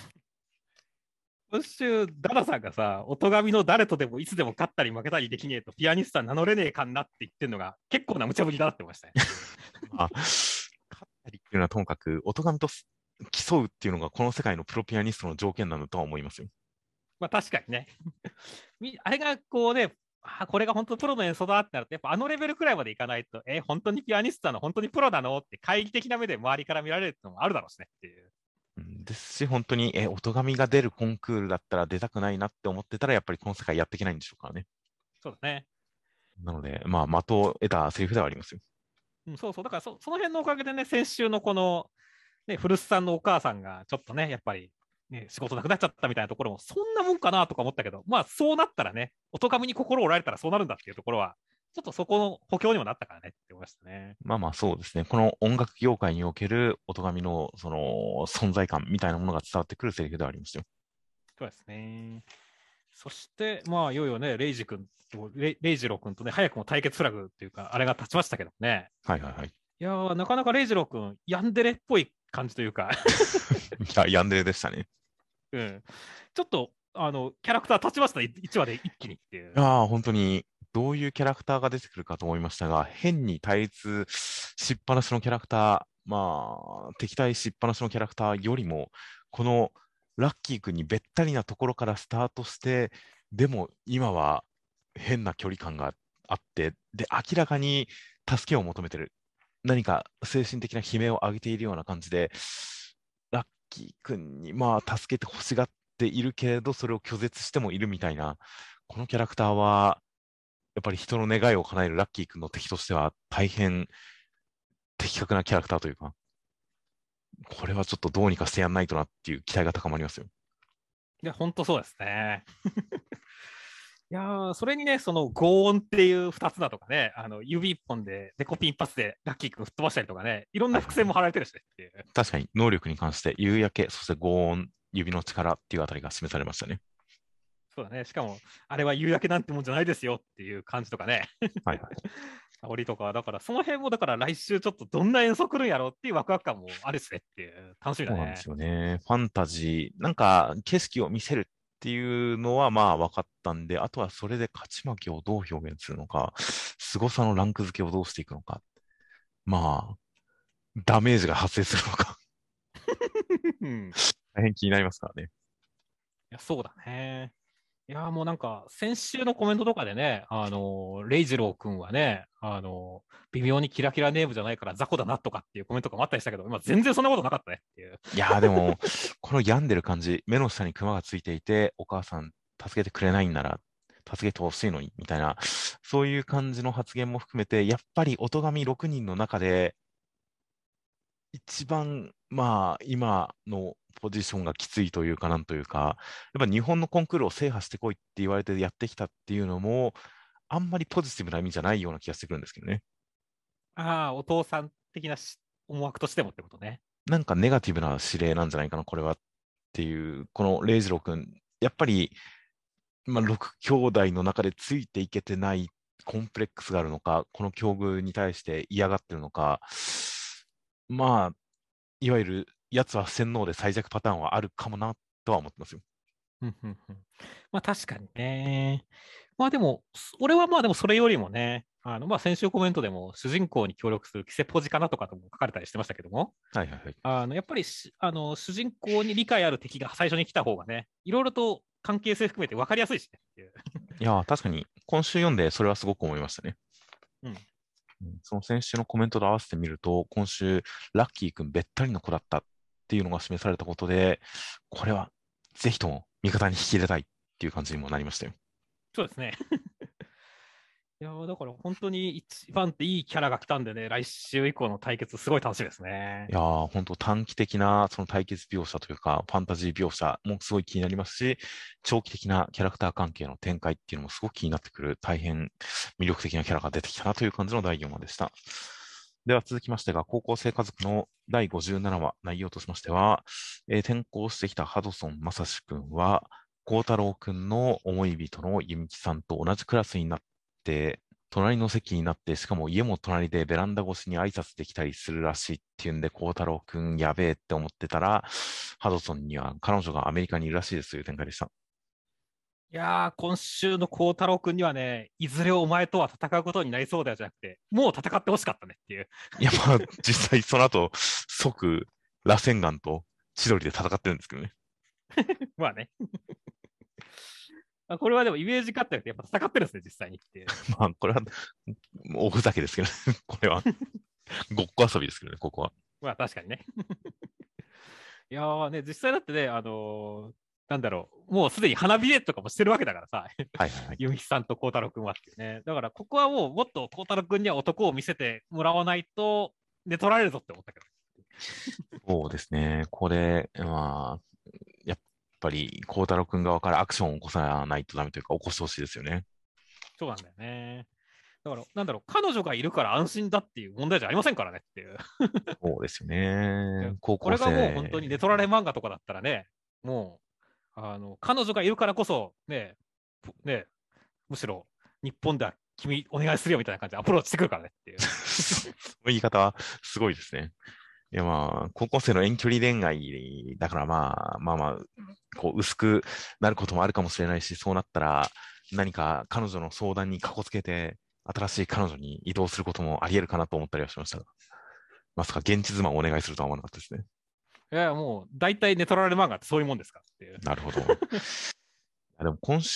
今週、ダダさんがさ、音神の誰とでもいつでも勝ったり負けたりできねえと、ピアニストは名乗れねえかんなって言ってるのが、結構な無茶ぶりだなってましたね。 まあ、勝ったりっていうのはともかく、音神と競うっていうのがこの世界のプロピアニストの条件なんだとは思いますよ。 まあ確かにね。あれがこうね、これが本当プロの演奏だってなると、やっぱあのレベルくらいまでいかないと、本当にピアニストなの、本当にプロなのって懐疑的な目で周りから見られるってのもあるだろうしねっていう。 ですし、本当に、音神が出るコンクールだったら出たくないなって思ってたら、やっぱりこの世界やっていけないんでしょうからね。 そうだね。 なので、まあ、的を得たセリフではありますよ。 うん、そうそう。だからその辺のおかげでね、先週のこの、ね、古巣さんのお母さんがちょっとね、やっぱり、ね、仕事なくなっちゃったみたいなところも、そんなもんかなとか思ったけど、まあそうなったらね、音神に心折られたらそうなるんだっていうところは、ちょっとそこの補強にもなったからねって思いましたね。 まあまあ、そうですね。この音楽業界における音神の、その、存在感みたいなものが伝わってくるセリフではありますよ。 そうですね。そして、まあ、いよいよね、レイジロー君とね、早くも対決フラグっていうか、あれが立ちましたけどね。 はいはいはい。 いやー、なかなかレイジロー君、ヤンデレっぽい感じというか、 いや、ヤンデレでしたね。 うん、ちょっと、キャラクター立ちましたね、1話で一気にっていう。 いやー、本当に、どういうキャラクターが出てくるかと思いましたが、変に対立しっぱなしのキャラクター、まあ、敵対しっぱなしのキャラクターよりも、このラッキー君にべったりなところからスタートして、でも今は変な距離感があって、で、明らかに助けを求めてる。何か精神的な悲鳴を上げているような感じで、ラッキー君に、まあ、助けて欲しがっているけれど、それを拒絶してもいるみたいな、このキャラクターは、やっぱり人の願いを叶えるラッキー君の敵としては大変的確なキャラクターというか、これはちょっとどうにかしてやんないとなっていう期待が高まりますよ。 いや、本当そうですね。いやー、それにね、その轟音っていう2つだとかね、指一本でデコピン一発でラッキー君吹っ飛ばしたりとかね、いろんな伏線も張られてるしねっていう。 確かに能力に関して夕焼け、そして轟音、指の力っていうあたりが示されましたね。 そうだね。しかも、あれは夕焼けなんてもんじゃないですよっていう感じとかね。 はいはい。 煽りとか、だからその辺も、だから来週ちょっとどんな演奏来るんやろうっていうワクワク感もあるしねっていう、楽しみだね。 そうなんですよね。ファンタジー、なんか景色を見せるっていうのはまあ分かったんで、あとはそれで勝ち負けをどう表現するのか、凄さのランク付けをどうしていくのか、まあ、ダメージが発生するのかうん。い大変気になりますからね。 や、そうだね。いや、もうなんか、先週のコメントとかでね、レイジロー君はね、微妙にキラキラネームじゃないから雑魚だなとかっていうコメントとかもあったりしたけど、今全然そんなことなかったねっていう。 いやーでも、この病んでる感じ、目の下にクマがついていて、お母さん助けてくれないんなら、助けてほしいのに、みたいな、そういう感じの発言も含めて、やっぱり音神6人の中で、一番、まあ、今のポジションがきついというか、なんというか、やっぱ日本のコンクールを制覇してこいって言われてやってきたっていうのも、あんまりポジティブな意味じゃないような気がしてくるんですけどね。 ああ、お父さん的な思惑としてもってことね。 なんかネガティブな指令なんじゃないかな、これはっていう、このレイジロー君、やっぱり、まあ、6兄弟の中でついていけてないコンプレックスがあるのか、この境遇に対して嫌がってるのか、まあ、いわゆる、奴は洗脳で最弱パターンはあるかもな、とは思ってますよ。 うんうんうん。まあ確かにね。まあでも、俺はまあでもそれよりもね、まあ先週コメントでも主人公に協力するキセポジかなとかとも書かれたりしてましたけども、 はいはいはい。 やっぱり主人公に理解ある敵が最初に来た方がね、いろいろと関係性含めて分かりやすいしねっていう。 いやー、確かに、今週読んでそれはすごく思いましたね。 うん。 その先週のコメントと合わせてみると、今週、ラッキー君べったりの子だったっていうのが示されたことで、これはぜひとも味方に引き入れたいっていう感じにもなりましたよ。 そうですね。 いやだから本当に一番っていいキャラが来たんでね、来週以降の対決、すごい楽しみですね。 いやー、本当短期的なその対決描写というか、ファンタジー描写もすごい気になりますし、長期的なキャラクター関係の展開っていうのもすごく気になってくる、大変魅力的なキャラが出てきたなという感じの第4話でした。では続きましてが、高校生家族の第57話、内容としましては、転校してきたハドソン・マサシ君は、孝太郎君の思い人のユミキさんと同じクラスになって、隣の席になって、しかも家も隣でベランダ越しに挨拶できたりするらしいっていうんで、孝太郎くんやべえって思ってたら、ハドソンには彼女がアメリカにいるらしいですという展開でした。 いや今週の孝太郎君にはね、いずれお前とは戦うことになりそうだよじゃなくて、もう戦ってほしかったねっていう。 いや、まあ、実際その後、即、螺旋岩と千鳥で戦ってるんですけどね。 まあね。これはでもイメージ勝ったよって、やっぱ戦ってるんですね、実際にっていう。 まあ、これは、おふざけですけどね。これは、ごっこ遊びですけどね、ここは。 まあ確かにね。いやね、実際だってね、なんだろう、もうすでに花火デートとかもしてるわけだからさ、 はいはいはい。 ゆみきさんと孝太郎君はっていうね。だからここはもうもっと孝太郎君には男を見せてもらわないと、寝取られるぞって思ったけど。 そうですね。これ、まあ、やっぱり、孝太郎くん側からアクションを起こさないとダメというか、起こしてほしいですよね。 そうなんだよね。だから、なんだろう、彼女がいるから安心だっていう問題じゃありませんからねっていう。 そうですよいやね。高校これがもう本当に生。 寝取られ漫画とかだったらね、もう、彼女がいるからこそ、ね、むしろ日本では君お願いするよみたいな感じでアプローチしてくるからねっていう。 その言い方はすごいですね。いやまあ、高校生の遠距離恋愛だからまあ、こう薄くなることもあるかもしれないし、そうなったら何か彼女の相談にかこつけて、新しい彼女に移動することもあり得るかなと思ったりはしましたが、まさか現地妻をお願いするとは思わなかったですね。 いや、もう、大体寝取られ漫画ってそういうもんですからっていう。 なるほど。でも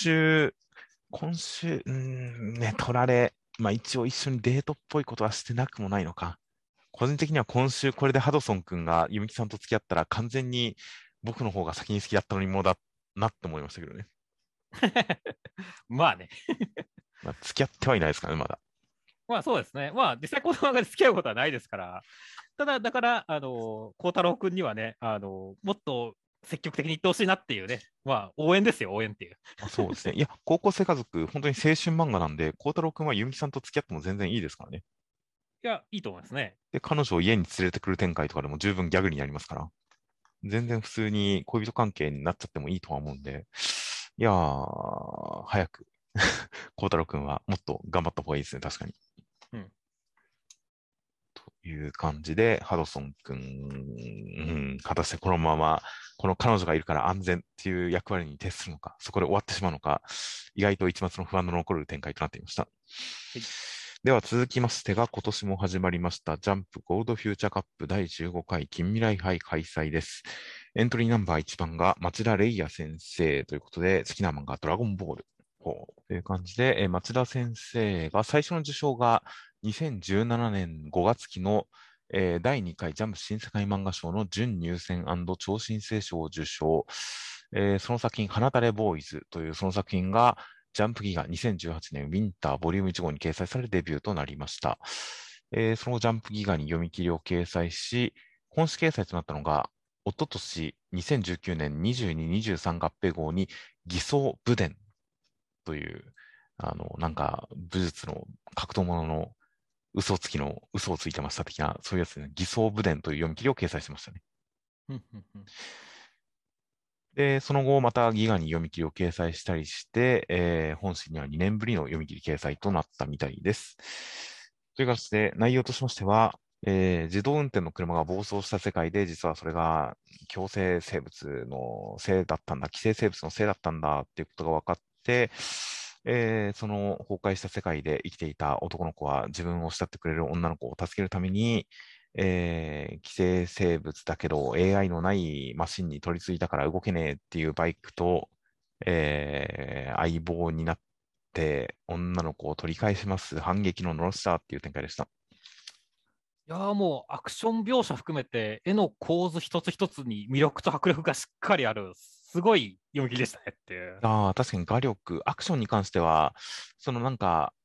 今週、ね、取られ、まあ一応一緒にデートっぽいことはしてなくもないのか。個人的には今週これでハドソン君がユミキさんと付き合ったら完全に僕の方が先に好きだったのにもうだなって思いましたけどね。 まあね。 まあ、付き合ってはいないですからね、まだ。 まあそうですね。まあ実際この漫画で付き合うことはないですから。ただ、だから、孝太郎君にはね、もっと積極的に言ってほしいなっていうね。まあ応援ですよ、応援っていう。 まあ、そうですね。いや、高校生家族、本当に青春漫画なんで、孝太郎君はユミキさんと付き合っても全然いいですからね。 いや、いいと思いますね。 で、彼女を家に連れてくる展開とかでも十分ギャグになりますから、全然普通に恋人関係になっちゃってもいいとは思うんで、いやー、早く孝太郎君はもっと頑張った方がいいですね、確かに。 うん。 という感じで、ハドソン君、果たしてこのまま、この彼女がいるから安全っていう役割に徹するのか、そこで終わってしまうのか、意外と一抹の不安の残る展開となっていました。 はい。 では続きましてが、今年も始まりました、ジャンプゴールドフューチャーカップ第15回近未来杯開催です。エントリーナンバー1番が町田玲也先生ということで、好きな漫画ドラゴンボール。という感じで、町田先生が最初の受賞が2017年5月期の、第2回ジャンプ新世界漫画賞の準入選超新星賞を受賞。その作品、花垂れボーイズというその作品が、ジャンプギガ2018年ウィンターボリューム1号に掲載されデビューとなりました。そのジャンプギガに読み切りを掲載し、本誌掲載となったのが、おととし2019年22、23合併号に偽装武伝という、なんか武術の格闘ものの嘘つきの嘘をついてました的な、そういうやつで、ね、偽装武伝という読み切りを掲載しましたね。 うんうんうん。 で、その後、またギガに読み切りを掲載したりして、本誌には2年ぶりの読み切り掲載となったみたいです。という形で、内容としましては、自動運転の車が暴走した世界で、実はそれが強制生物のせいだったんだ、寄生生物のせいだったんだっていうことが分かって、その崩壊した世界で生きていた男の子は自分を慕ってくれる女の子を助けるために、寄生生物だけど AI のないマシンに取り付いたから動けねえっていうバイクと、相棒になって女の子を取り返します反撃のノロスターっていう展開でした。 いやもうアクション描写含めて絵の構図一つ一つに魅力と迫力がしっかりある、すごい読み切りでしたねっていう。 確かに画力、アクションに関しては、そのなんか、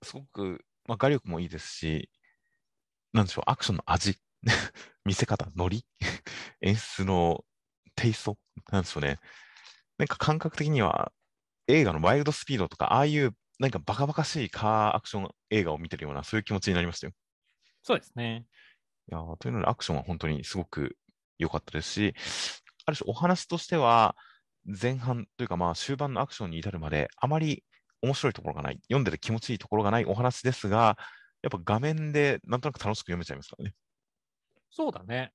すごく、まあ、画力もいいですし、なんでしょう、アクションの味、見せ方、ノリ、演出のテイスト、なんでしょうね。なんか感覚的には映画のワイルドスピードとか、ああいうなんかバカバカしいカーアクション映画を見てるような、そういう気持ちになりましたよ。 そうですね。 いやーというので、アクションは本当にすごく良かったですし、ある種お話としては、前半というかまあ終盤のアクションに至るまで、あまり面白いところがない、読んでて気持ちいいところがないお話ですが、やっぱ画面でなんとなく楽しく読めちゃいますからね。 そうだね。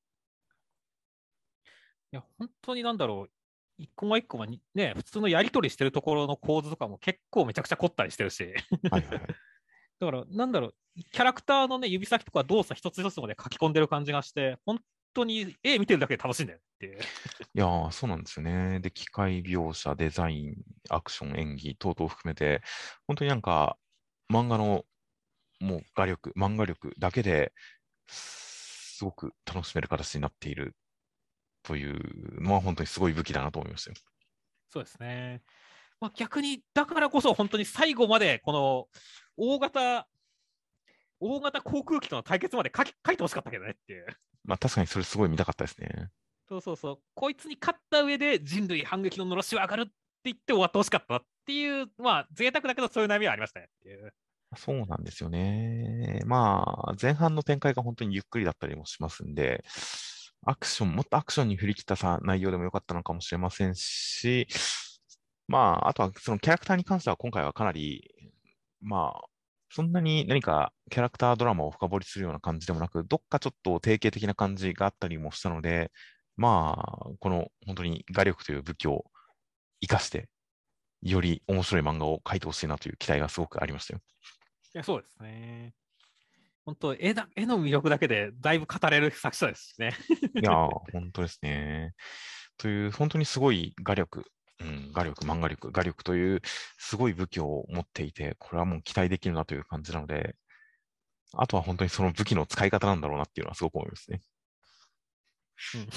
いや、本当になんだろう。一コマ一コマにね、普通のやり取りしてるところの構図とかも結構めちゃくちゃ凝ったりしてるし。 はいはいはい。 だから、なんだろう、キャラクターのね、指先とか動作一つ一つまで書き込んでる感じがして、本当に絵見てるだけで楽しいんだよっていう。 いやー、そうなんですよね。で、機械描写、デザイン、アクション、演技等々含めて、本当になんか、漫画のもう画力、漫画力だけですごく楽しめる形になっているというのは本当にすごい武器だなと思いましたよ。 そうですね。まあ、逆に、だからこそ本当に最後まで、この大型、大型航空機との対決まで書いてほしかったけどねっていう。 まあ確かにそれすごい見たかったですね。 そうそうそう。こいつに勝った上で人類反撃ののろしは上がるって言って終わってほしかったっていう、まあ、贅沢だけどそういう悩みはありましたねっていう。 そうなんですよね。まあ、前半の展開が本当にゆっくりだったりもしますんで、アクション、もっとアクションに振り切った内容でもよかったのかもしれませんし、まあ、あとはそのキャラクターに関しては今回はかなり、まあ、そんなに何かキャラクタードラマを深掘りするような感じでもなく、どっかちょっと定型的な感じがあったりもしたので、まあ、この本当に画力という武器を活かして、より面白い漫画を描いてほしいなという期待がすごくありましたよ。 いや、そうですね。本当絵の魅力だけでだいぶ語れる作者ですしね。 いやー、本当ですね。という、本当にすごい画力、画力、漫画力、画力というすごい武器を持っていて、これはもう期待できるなという感じなので、あとは本当にその武器の使い方なんだろうなっていうのはすごく思いますね。 うん、い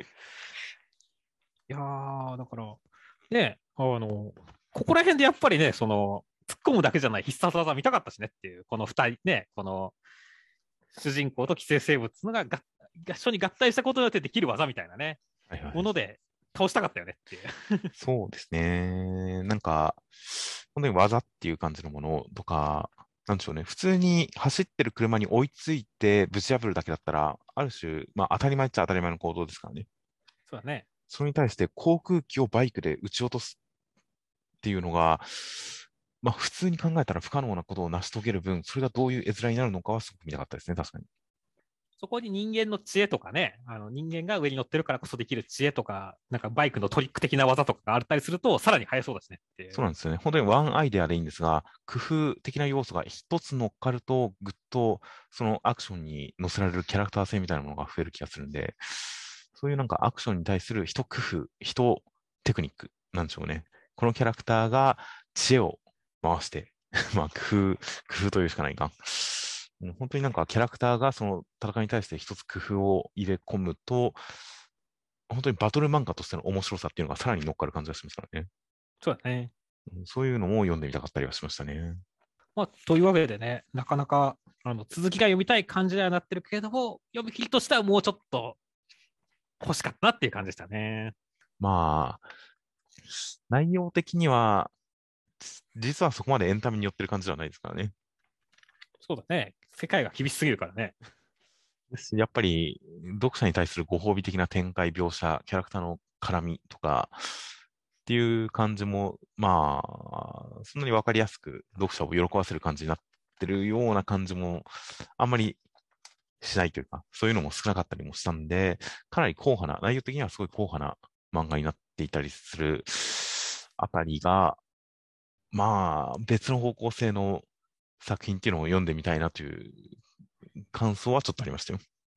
やー、だから、ね、ここら辺でやっぱりね、突っ込むだけじゃない必殺技見たかったしねっていう、この二人ね、この主人公と寄生生物のが合唱に合体したことによってできる技みたいなね、 はいはい。 もので倒したかったよねっていう。 そうですね。なんか、本当に技っていう感じのものとか、なんでしょうね。普通に走ってる車に追いついてぶち破るだけだったら、ある種、まあ当たり前っちゃ当たり前の行動ですからね。 そうだね。 それに対して航空機をバイクで撃ち落とすっていうのが、まあ普通に考えたら不可能なことを成し遂げる分、それがどういう絵面になるのかはすごく見たかったですね、確かに。 そこに人間の知恵とかね、人間が上に乗ってるからこそできる知恵とか、なんかバイクのトリック的な技とかがあったりすると、さらに速そうだしねっていう。 そうなんですよね。本当にワンアイデアでいいんですが、工夫的な要素が一つ乗っかると、ぐっとそのアクションに乗せられるキャラクター性みたいなものが増える気がするんで、そういうなんかアクションに対する一工夫、一テクニックなんでしょうね。このキャラクターが知恵を回して、まあ工夫というしかないか。本当になんかキャラクターがその戦いに対して一つ工夫を入れ込むと、本当にバトル漫画としての面白さっていうのがさらに乗っかる感じがしますからね。 そうだね。 そういうのも読んでみたかったりはしましたね。 まあ、というわけでね、なかなか続きが読みたい感じにはなってるけれども、読み切りとしてはもうちょっと欲しかったなっていう感じでしたね。 まあ、内容的には、実はそこまでエンタメに寄ってる感じではないですからね。 そうだね。世界が厳しすぎるからね。 ですやっぱり、読者に対するご褒美的な展開、描写、キャラクターの絡みとか、っていう感じも、まあ、そんなにわかりやすく読者を喜ばせる感じになってるような感じも、あんまりしないというか、そういうのも少なかったりもしたんで、かなり硬派な、内容的にはすごい硬派な漫画になっていたりするあたりが、まあ、別の方向性の作品っていうのを読んでみたいなという感想はちょっとありましたよ。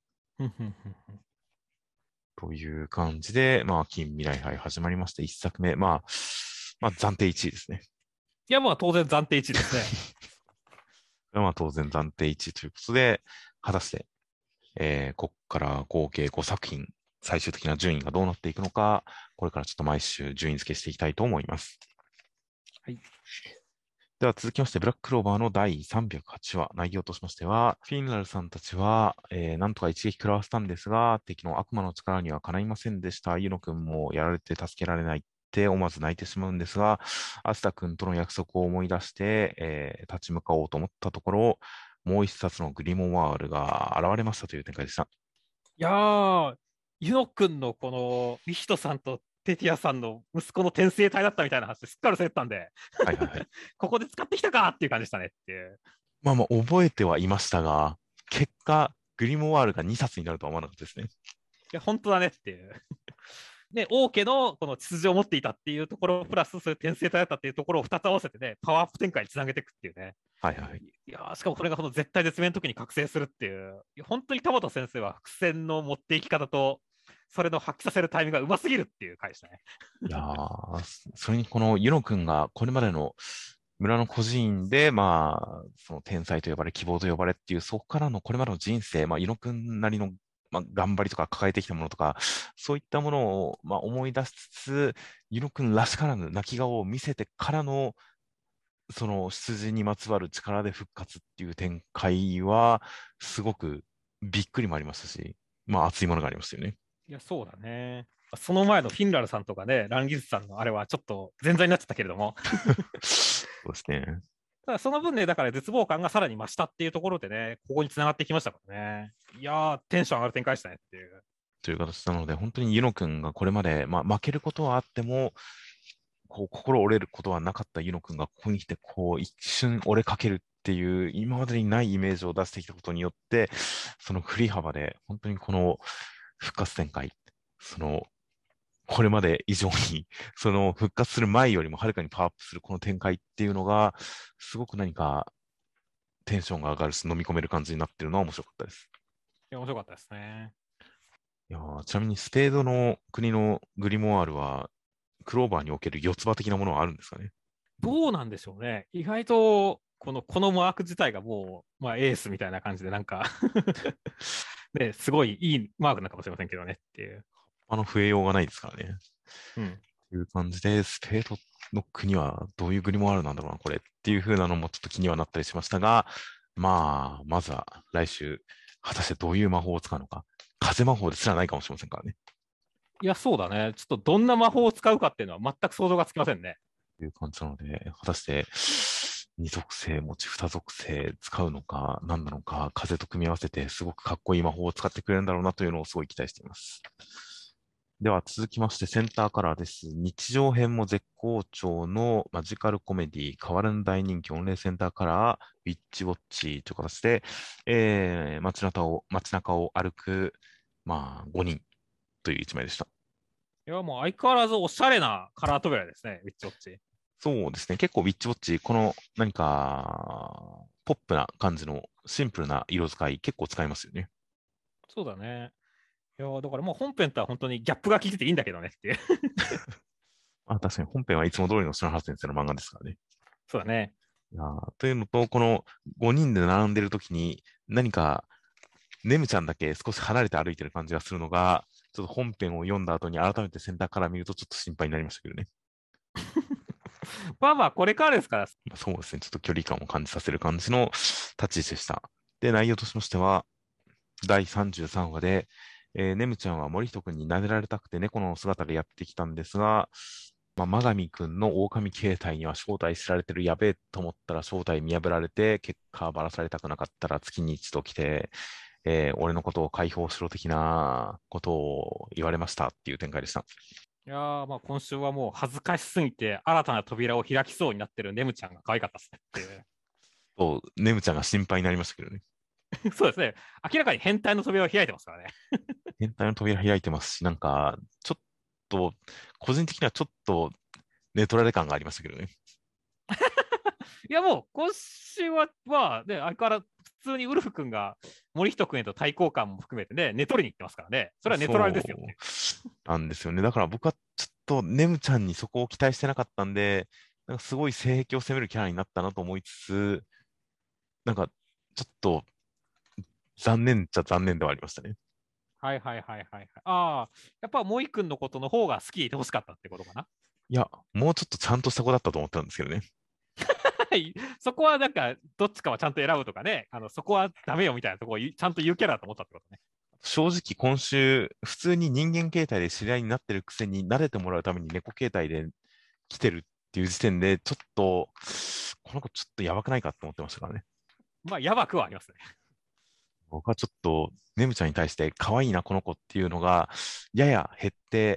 という感じで、まあ、近未来杯始まりまして、一作目、まあ、暫定1位ですね。 いや、まあ当然暫定1位ですね。 まあ、当然暫定1位ということで、果たして、ここから合計5作品、最終的な順位がどうなっていくのか、これからちょっと毎週順位付けしていきたいと思います。 はい。 では続きまして、ブラッククローバーの第308話、内容としましては、フィンラルさんたちは、なんとか一撃食らわせたんですが、敵の悪魔の力にはかないませんでした。ユノ君もやられて助けられないって思わず泣いてしまうんですが、アスタ君との約束を思い出して、立ち向かおうと思ったところ、もう一冊のグリモワールが現れましたという展開でした。 いやー、ユノ君のこのリヒトさんとテティアさんの息子の転生体だったみたいな話ですっかり忘れてたんで、 はいはいはい。 ここで使ってきたかっていう感じでしたねっていう。 まあまあ、覚えてはいましたが、結果、グリモワールが2冊になるとは思わなかったですね。 いや、本当だねっていう。で、王家のこの秩序を持っていたっていうところ、プラス、そういう転生体だったっていうところを2つ合わせてね、パワーアップ展開につなげていくっていうね。 はいはい。 いやーしかもこれがこの絶対絶命の時に覚醒するっていう、いや本当に田本先生は伏線の持っていき方と、それの発揮させるタイミングがうますぎるっていう回でしたね。 いやー、それにこのユノ君がこれまでの村の孤児院で、まあ、その天才と呼ばれ、希望と呼ばれっていう、そこからのこれまでの人生、まあ、ユノ君なりの、まあ、頑張りとか抱えてきたものとか、そういったものを、まあ、思い出しつつ、ユノ君らしからぬ泣き顔を見せてからの、その出自にまつわる力で復活っていう展開は、すごくびっくりもありましたし、まあ、熱いものがありましたよね。 いや、そうだね。その前のフィンラルさんとかね、ランギスさんのあれはちょっと前座になっちゃったけれども、 そうですね。 ただその分ね、だから絶望感がさらに増したっていうところでね、ここに繋がってきましたからね。いやー、テンション上がる展開でしたねっていう。 という形なので、本当にユノ君がこれまで、まあ、負けることはあっても、こう心折れることはなかったユノ君がここに来て、こう一瞬折れかけるっていう、今までにないイメージを出してきたことによって、その振り幅で、本当にこの復活展開、その、これまで以上に、その復活する前よりもはるかにパワーアップするこの展開っていうのが、すごく何かテンションが上がるし、飲み込める感じになってるのは面白かったです。 いや、面白かったですね。 いやー、ちなみにスペードの国のグリモワールは、クローバーにおける四つ葉的なものはあるんですかね。 どうなんでしょうね。意外と、このマーク自体がもう、まあ、エースみたいな感じで、なんかね、すごいいいマークなのかもしれませんけどねっていう。 増えようがないですからね。 うん。 という感じで、スペードの国はどういうグリモワールなんだろうな、これっていう風なのもちょっと気にはなったりしましたが、まあ、まずは来週、果たしてどういう魔法を使うのか。風魔法ですらないかもしれませんからね。 いや、そうだね。ちょっとどんな魔法を使うかっていうのは全く想像がつきませんね。 という感じなので、果たして二属性持ち二属性使うのか、何なのか、風と組み合わせてすごくかっこいい魔法を使ってくれるんだろうなというのをすごい期待しています。では続きましてセンターカラーです。日常編も絶好調のマジカルコメディ、変わらぬ大人気御礼センターカラー、ウィッチウォッチという形で、街中を歩く、まあ、5人という一枚でした。 いや、もう相変わらずおしゃれなカラー扉ですね、ウィッチウォッチ。 そうですね。結構ウィッチウォッチ、この何か、ポップな感じのシンプルな色使い、結構使いますよね。 そうだね。いや、だからもう本編とは本当にギャップが効いてていいんだけどねっていう。 あ、確かに本編はいつも通りの篠原先生の漫画ですからね。 そうだね。 というのと、この5人で並んでるときに、何かネムちゃんだけ少し離れて歩いてる感じがするのが、ちょっと本編を読んだ後に改めてセンターから見るとちょっと心配になりましたけどね。 まあまあ、これからですから。 そうですね。ちょっと距離感を感じさせる感じの立ち位置でした。で、内容としましては、第33話で、ネムちゃんは森人君に撫でられたくて猫の姿でやってきたんですが、まあ、マガミ君の狼形態には正体知られてるやべえと思ったら正体見破られて、結果ばらされたくなかったら月に一度来て、俺のことを解放しろ的なことを言われましたっていう展開でした。 いやー、まあ今週はもう恥ずかしすぎて新たな扉を開きそうになってるネムちゃんが可愛かったっすねっていう。 そう、ネムちゃんが心配になりましたけどね。 そうですね。明らかに変態の扉を開いてますからね。 変態の扉開いてますし、なんか、ちょっと、個人的にはちょっと、ネトラレ感がありましたけどね。 いやもう今週はね、相変わらず普通にウルフ君が森人君へと対抗感も含めてね、寝取りに行ってますからね。それは寝取られですよね。 そうなんですよね。だから僕はちょっとネムちゃんにそこを期待してなかったんで、なんかすごい性癖を責めるキャラになったなと思いつつ、なんかちょっと残念っちゃ残念ではありましたね。 はいはいはいはいはい。ああ、やっぱモイ君のことの方が好きでいてほしかったってことかな。 いや、もうちょっとちゃんとした子だったと思ったんですけどね。 そこはなんか、どっちかはちゃんと選ぶとかね、そこはダメよみたいなところをちゃんと言うキャラだと思ったってことね。 正直今週、普通に人間形態で知り合いになってるくせに慣れてもらうために猫形態で来てるっていう時点で、ちょっと、この子ちょっとやばくないかって思ってましたからね。 まあ、やばくはありますね。 僕はちょっと、ネムちゃんに対して可愛いな、この子っていうのが、やや減って、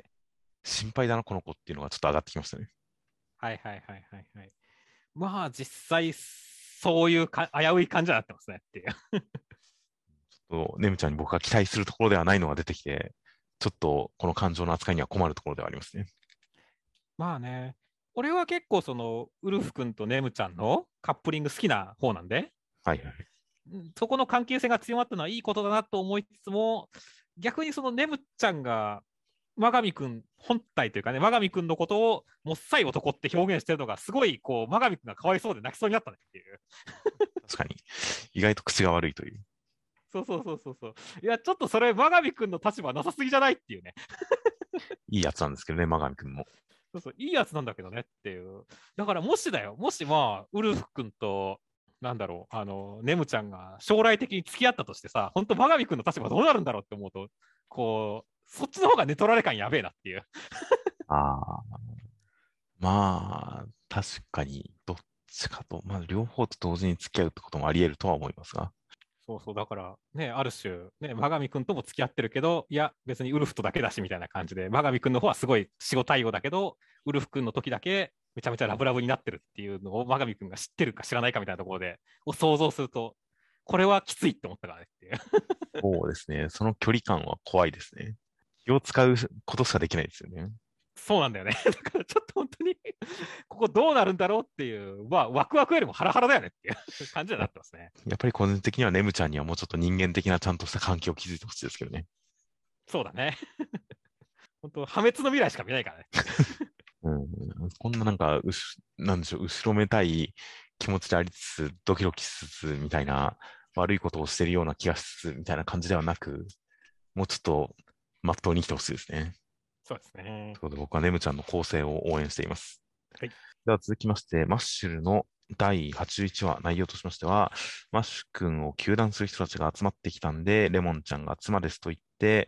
心配だな、この子っていうのがちょっと上がってきましたね。 はいはいはいはいはい。まあ、実際、そういう危うい感じになってますねっていう。 ネムちゃんに僕が期待するところではないのが出てきて、ちょっとこの感情の扱いには困るところではありますね。 まあね、俺は結構ウルフ君とネムちゃんのカップリング好きな方なんで、 はいはい。 そこの関係性が強まったのはいいことだなと思いつつも、逆にそのネムちゃんが、真上君本体というかね、真上君のことをもっさい男って表現してるのが、すごいこう、真上君がかわいそうで泣きそうになったねっていう。 確かに。意外と口が悪いという。 そうそうそうそうそう。いや、ちょっとそれ、真上君の立場なさすぎじゃないっていうね。 いいやつなんですけどね、マガミ君も。 そうそう、いいやつなんだけどねっていう。だからもしだよ、もしまあ、ウルフ君と、なんだろう、ネムちゃんが将来的に付き合ったとしてさ、本当、真上君の立場どうなるんだろうって思うと、こう、そっちの方が寝取られ感やべえなっていう。 ああ、まあ、確かに、どっちかと、まあ、両方と同時に付き合うってこともあり得るとは思いますが。 そうそう、だからね、ある種、ね、真上君とも付き合ってるけど、いや、別にウルフとだけだしみたいな感じで、真上君の方はすごい死後対応だけど、ウルフ君の時だけめちゃめちゃラブラブになってるっていうのを真上君が知ってるか知らないかみたいなところで、を想像すると、これはきついって思ったからねっていう。 そうですね。その距離感は怖いですね。気を使うことしかできないですよね。 そうなんだよね。だからちょっと本当にここどうなるんだろうっていう、まあ、ワクワクよりもハラハラだよねっていう感じになってますね。 やっぱり個人的にはネムちゃんにはもうちょっと人間的なちゃんとした関係を築いてほしいですけどね。 そうだね。本当、破滅の未来しか見ないからね。 うん、こんななんか、なんでしょう、後ろめたい気持ちでありつつ、ドキドキしつつ、みたいな、悪いことをしてるような気がしつつ、みたいな感じではなく、もうちょっと、まっとうに来てほしいですね。 そうですね。 ということで、僕はネムちゃんの構成を応援しています。 はい。 では続きまして、マッシュルの第81話、内容としましては、マッシュ君を糾弾する人たちが集まってきたんで、レモンちゃんが妻ですと言って、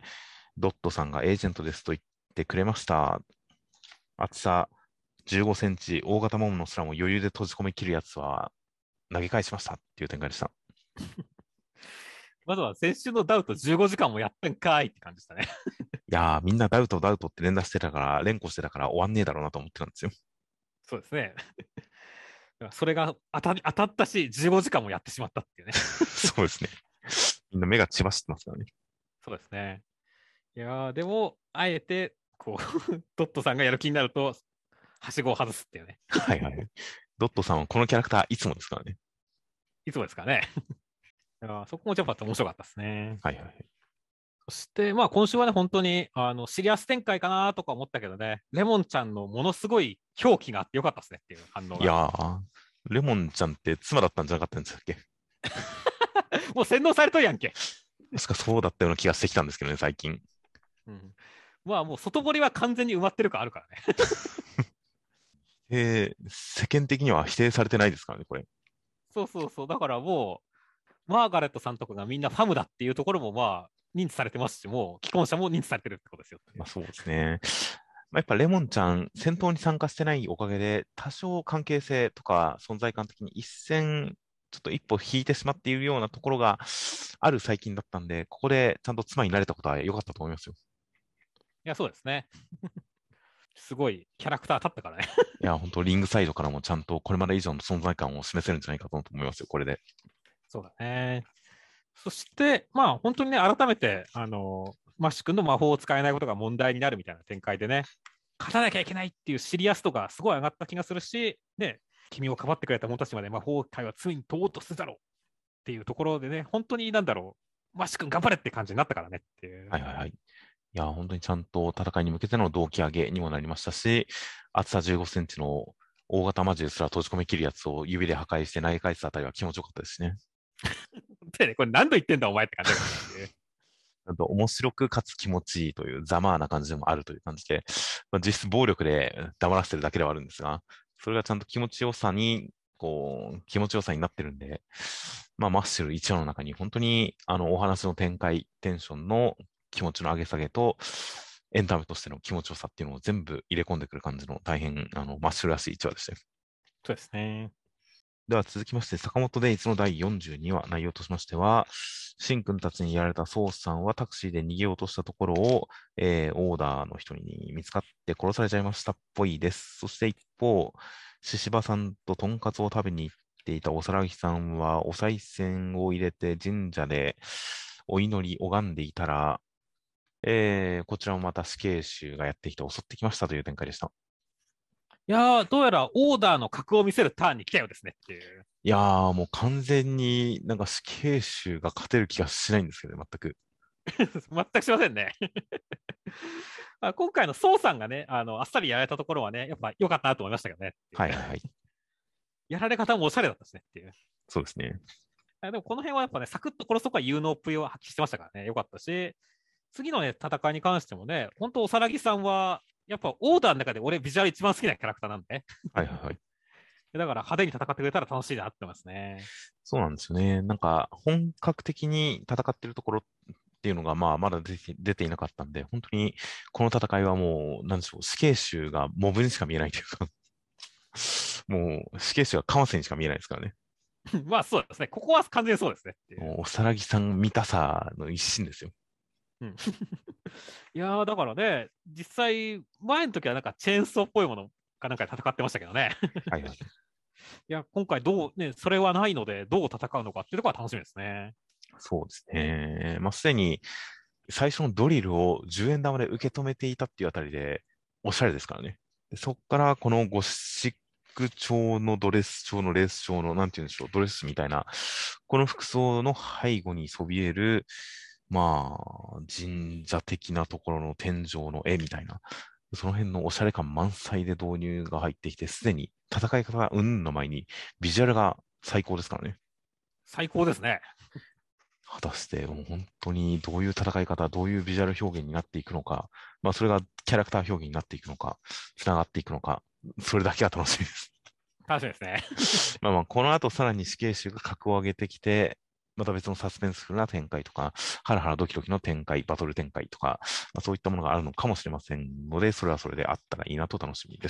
ドットさんがエージェントですと言ってくれました。厚さ15センチ、大型モモのスラムを余裕で閉じ込めきるやつは投げ返しましたっていう展開でした。 まずは先週のダウト15時間もやってんかいって感じでしたね。 いやー、みんなダウトダウトって連打してたから、連呼してたから終わんねえだろうなと思ってたんですよ。 そうですね。それが当たったし、15時間もやってしまったっていうね。 そうですね。みんな目が血走ってますからね。 そうですね。いやー、でも、あえて、こう、ドットさんがやる気になると、はしごを外すっていうね。 はいはい。ドットさんはこのキャラクターいつもですからね。 いつもですかね。いやーそこもちょっと面白かったですね。 はいはい。 そして、まあ今週はね、本当に、シリアス展開かなとか思ったけどね、レモンちゃんのものすごい狂気があってよかったですねっていう反応いやが。 ー、レモンちゃんって妻だったんじゃなかったんでしたっけ？ もう洗脳されとるやんけ。 確かそうだったような気がしてきたんですけどね、最近。 うん。まあもう外堀は完全に埋まってる感あるからね。 世間的には否定されてないですからね、これ。 そうそうそう。だからもう、マーガレットさんとかがみんなファムだっていうところもまあ認知されてますし、もう既婚者も認知されてるってことですよ。 まあそうですね。まあ、やっぱレモンちゃん、戦闘に参加してないおかげで、多少関係性とか存在感的に一線、ちょっと一歩引いてしまっているようなところがある最近だったんで、ここでちゃんと妻になれたことは良かったと思いますよ。 いや、そうですね。すごいキャラクター立ったからね。 いや、本当リングサイドからもちゃんとこれまで以上の存在感を示せるんじゃないかと思いますよ、これで。 そうだね。そして、まあ本当にね、改めて、マッシュ君の魔法を使えないことが問題になるみたいな展開でね、勝たなきゃいけないっていうシリアス度がすごい上がった気がするし、ね、君をかばってくれた者たちまで魔法界はついに問おうとするだろうっていうところでね、本当になんだろう、マッシュ君頑張れって感じになったからねっていう。 はいはいはい。いや、本当にちゃんと戦いに向けての動機上げにもなりましたし、厚さ15センチの大型魔獣すら閉じ込めきるやつを指で破壊して投げ返すあたりは気持ちよかったですしね。 でね、これ何度言ってんだお前って感じだからね。 あと面白くかつ気持ちいいというざまあな感じでもあるという感じで、まあ、実質暴力で黙らせてるだけではあるんですが、それがちゃんと気持ちよさにこう、気持ちよさになってるんで、まあ、マッシュル1話の中に本当に、お話の展開、テンションの気持ちの上げ下げと、エンタメとしての気持ちよさっていうのを全部入れ込んでくる感じの大変、マッシュルらしい1話でしたよ。 そうですね。 では続きまして、坂本デイズの第42話、内容としましては、シン君たちにやられたソウさんはタクシーで逃げようとしたところを、オーダーの人に見つかって殺されちゃいましたっぽいです。そして一方、獅子場さんととんかつを食べに行っていたおさらぎさんは、お賽銭を入れて神社でお祈り拝んでいたら、こちらもまた死刑囚がやってきて襲ってきましたという展開でした。 いやー、どうやらオーダーの格を見せるターンに来たようですねっていう。 いやー、もう完全になんか死刑囚が勝てる気がしないんですけどね、全く。 全くしませんね。今回の宋さんがね、あっさりやられたところはね、やっぱ良かったなと思いましたけどねっていう。 はいはいはい。 やられ方もおしゃれだったしねっていう。 そうですね。 でもこの辺はやっぱね、サクッと殺すとこは有能っぷりを発揮してましたからね、良かったし、次のね、戦いに関してもね、本当、おさらぎさんは、やっぱオーダーの中で俺、ビジュアル一番好きなキャラクターなんで、 はいはいはい。 だから派手に戦ってくれたら楽しいなって思いますね。 そうなんですよね。なんか、本格的に戦ってるところっていうのが、まあ、まだ出ていなかったんで、本当に、この戦いはもう、なんでしょう、死刑囚がモブにしか見えないというかもう、死刑囚がカマセにしか見えないですからね。 まあそうですね、ここは完全にそうですねっていう。 もうおさらぎさん見たさの一心ですよ。 うん、いやー、だからね、実際、前の時はなんかチェーンソーっぽいものかなんかで戦ってましたけどね。 はいはい。 いや、今回どう、ね、それはないので、どう戦うのかっていうところは楽しみですね。 そうですね。まあ、すでに、最初のドリルを10円玉で受け止めていたっていうあたりで、おしゃれですからね。でそこからこのゴシック調のドレス調のレース調の、なんて言うんでしょう、ドレスみたいな、この服装の背後にそびえる、まあ、神社的なところの天井の絵みたいな、その辺のおしゃれ感満載で導入が入ってきて、すでに戦い方云々の前に、ビジュアルが最高ですからね。 最高ですね。 果たしてもう本当にどういう戦い方、どういうビジュアル表現になっていくのか、まあそれがキャラクター表現になっていくのか、つながっていくのか、それだけは楽しみです。 楽しみですね。 まあまあ、この後さらに死刑囚が格を上げてきて、また別のサスペンスフルな展開とか、ハラハラドキドキの展開、バトル展開とか、まあ、そういったものがあるのかもしれませんので、それはそれであったらいいなと楽しみです。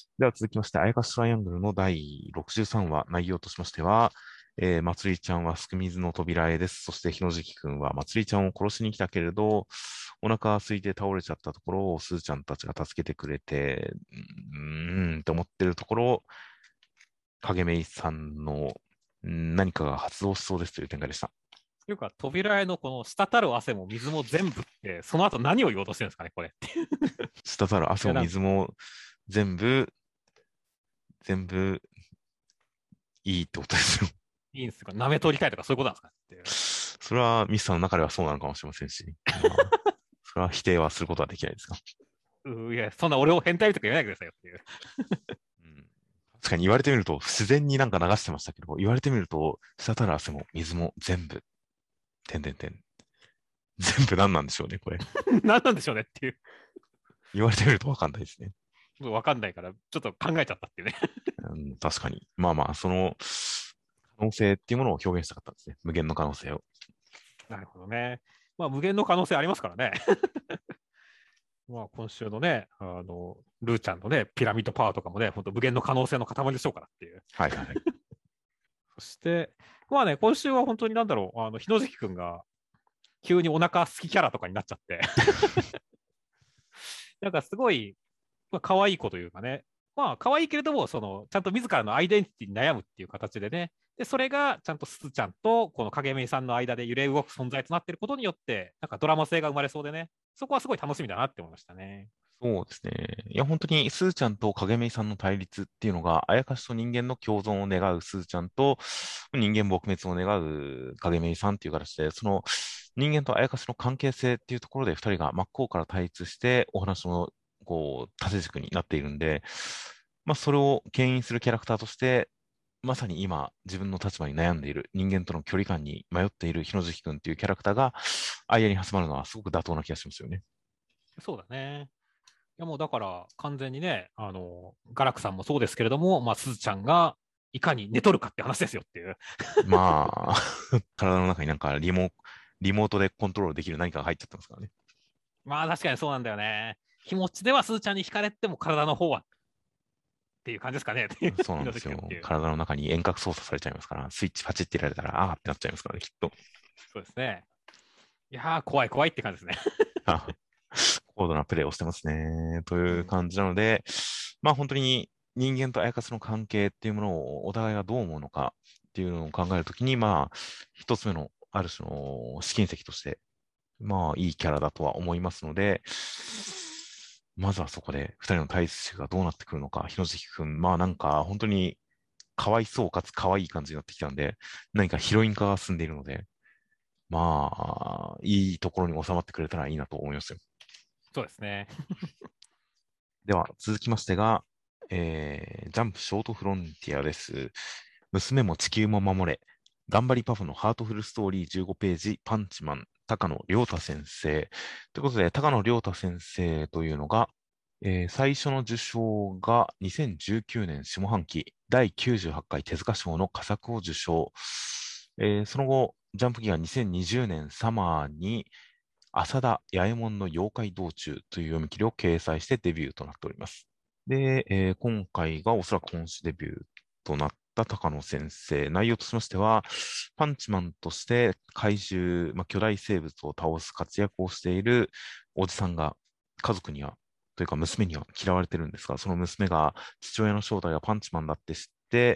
では続きまして、あやかしトライアングルの第63話、内容としましては、まつりちゃんはすく水の扉絵です。そしてひのじきくんはまつりちゃんを殺しに来たけれど、お腹空いて倒れちゃったところをすーちゃんたちが助けてくれて、って思ってるところ、影芽衣さんの何かが発動しそうですという展開でした。 というか、扉絵のこの滴る汗も水も全部って、その後何を言おうとしてるんですかね、これって。 滴る汗もいや、 水も全部、全部いいってことですよ。 いいんですか、舐め取りたいとかそういうことなんですかっていう。 それはミスさんの中ではそうなのかもしれませんし、まあ、それは否定はすることはできないですが。 いや、そんな俺を変態とか言わないでくださいよっていう。 うん、確かに言われてみると、自然になんか流してましたけど、言われてみると、滴る汗も水も全部、点々点。全部何なんでしょうね、これ。 何なんでしょうねっていう。 言われてみるとわかんないですね。 わかんないから、ちょっと考えちゃったっていうね。 うん、確かに。まあまあ、その可能性っていうものを表現したかったんですね。無限の可能性を。 なるほどね。まあ、無限の可能性ありますからね。まあ、今週のね、ルーちゃんのね、ピラミッドパワーとかもね、本当無限の可能性の塊でしょうからっていう。 はいはいはい。 そして、まあね、今週は本当になんだろう、日野関くんが急にお腹好きキャラとかになっちゃってなんかすごい、まあ、可愛い子というかね、まあ、可愛いけれども、ちゃんと自らのアイデンティティに悩むっていう形でね、で、それがちゃんとすずちゃんとこの影芽さんの間で揺れ動く存在となっていることによって、なんかドラマ性が生まれそうでね、そこはすごい楽しみだなって思いましたね。 そうですね。いや、本当に、スーちゃんと影芽さんの対立っていうのが、あやかしと人間の共存を願うスーちゃんと、人間撲滅を願う影芽さんっていう形で、その人間とあやかしの関係性っていうところで、二人が真っ向から対立して、お話の、こう、縦軸になっているんで、まあ、それを牽引するキャラクターとして、まさに今、自分の立場に悩んでいる、人間との距離感に迷っている日野月くんっていうキャラクターが、間に挟まるのはすごく妥当な気がしますよね。 そうだね。いやもうだから完全にね、ガラクさんもそうですけれども、まあ、すずちゃんがいかに寝とるかって話ですよっていう。 まあ、体の中になんかリモートでコントロールできる何かが入っちゃってますからね。 まあ確かにそうなんだよね。気持ちではスーちゃんに惹かれても体の方はっていう感じですかね。っていうそうなん日のですよ。 出家っていう。 体の中に遠隔操作されちゃいますから、スイッチパチってやられたら、あーってなっちゃいますからね、きっと。 そうですね。いやー、怖い怖いって感じですね。 あ高度なプレイをしてますね。といううん。 感じなので、まあ本当に人間とアヤカスの関係っていうものをお互いがどう思うのかっていうのを考えるときに、まあ、一つ目のある種の試金石として、まあいいキャラだとは思いますので、まずはそこで二人の対峙がどうなってくるのか、日野関くん、まあなんか本当にかわいそうかつ可愛い感じになってきたんで、何かヒロイン化が進んでいるので、まあ、いいところに収まってくれたらいいなと思いますよ。 そうですね。 では、続きましてが、ジャンプショートフロンティアです。娘も地球も守れ。頑張りパフのハートフルストーリー15ページ、パンチマン、高野良太先生。ということで、高野良太先生というのが、最初の受賞が2019年下半期、第98回手塚賞の佳作を受賞。その後、ジャンプギア2020年サマーに、浅田八右衛門の妖怪道中という読み切りを掲載してデビューとなっております。で、今回がおそらく本誌デビューとなった高野先生。内容としましては、パンチマンとして怪獣、巨大生物を倒す活躍をしているおじさんが家族には、というか娘には嫌われてるんですが、その娘が父親の正体がパンチマンだって知って、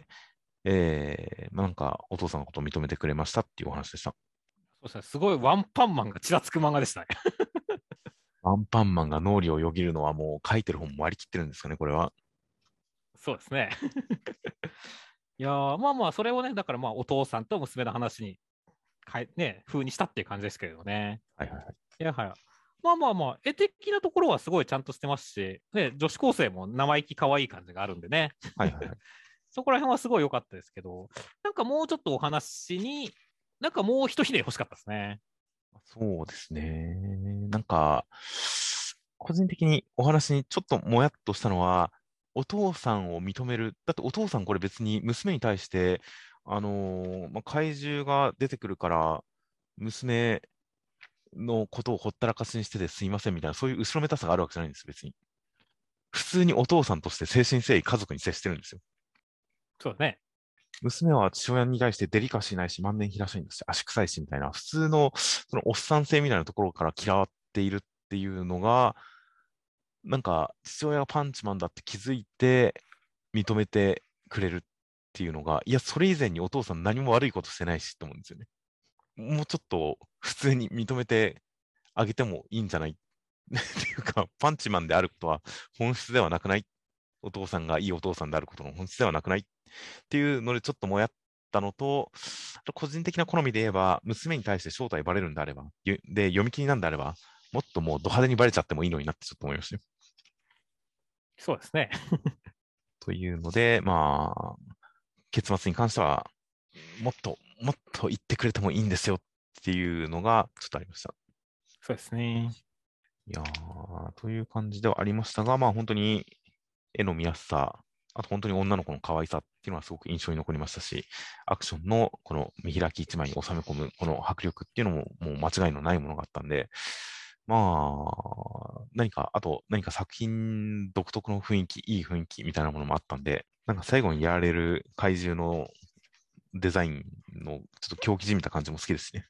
なんかお父さんのことを認めてくれましたっていうお話でした。 そうですね。すごいワンパンマンがちらつく漫画でしたね。 アンパンマンが脳裏をよぎるのはもう書いてる本も割り切ってるんですかね、これは。 そうですね。いやー、まあまあ、それをね、だからまあ、お父さんと娘の話にね、風にしたっていう感じですけれどね。 はいはいはい。 いやはや。まあまあまあ、絵的なところはすごいちゃんとしてますし、ね、女子高生も生意気可愛い感じがあるんでね。 はいはいはい。 そこら辺はすごい良かったですけど、なんかもうちょっとお話に、なんかもう一ひねり欲しかったですね。 そうですね。なんか、個人的にお話にちょっともやっとしたのは、お父さんを認める。だってお父さんこれ別に娘に対して、怪獣が出てくるから、娘のことをほったらかしにしててすいませんみたいな、そういう後ろめたさがあるわけじゃないんです、別に。普通にお父さんとして誠心誠意家族に接してるんですよ。 そうだね。 娘は父親に対してデリカシーないし、万年平しいんですし、足臭いしみたいな、普通の、そのおっさん性みたいなところから嫌わっているっていうのが、なんか、父親がパンチマンだって気づいて、認めてくれるっていうのが、いや、それ以前にお父さん何も悪いことしてないし、と思うんですよね。もうちょっと、普通に認めてあげてもいいんじゃないっていうか、パンチマンであることは本質ではなくない、お父さんがいいお父さんであることの本質ではなくないっていうのでちょっともやったのと、個人的な好みで言えば、娘に対して正体バレるんであれば、で、読み切りなんであれば、もっともうド派手にバレちゃってもいいのになってちょっと思いましたよ。 そうですね。 というので、まあ、結末に関しては、もっと言ってくれてもいいんですよっていうのがちょっとありました。 そうですね。 いやー、という感じではありましたが、まあ本当に絵の見やすさ、あと本当に女の子の可愛さっていうのはすごく印象に残りましたし、アクションのこの見開き一枚に収め込むこの迫力っていうのももう間違いのないものがあったんで、まあ、あと何か作品独特の雰囲気、いい雰囲気みたいなものもあったんで、なんか最後にやられる怪獣のデザインのちょっと狂気じみた感じも好きですね。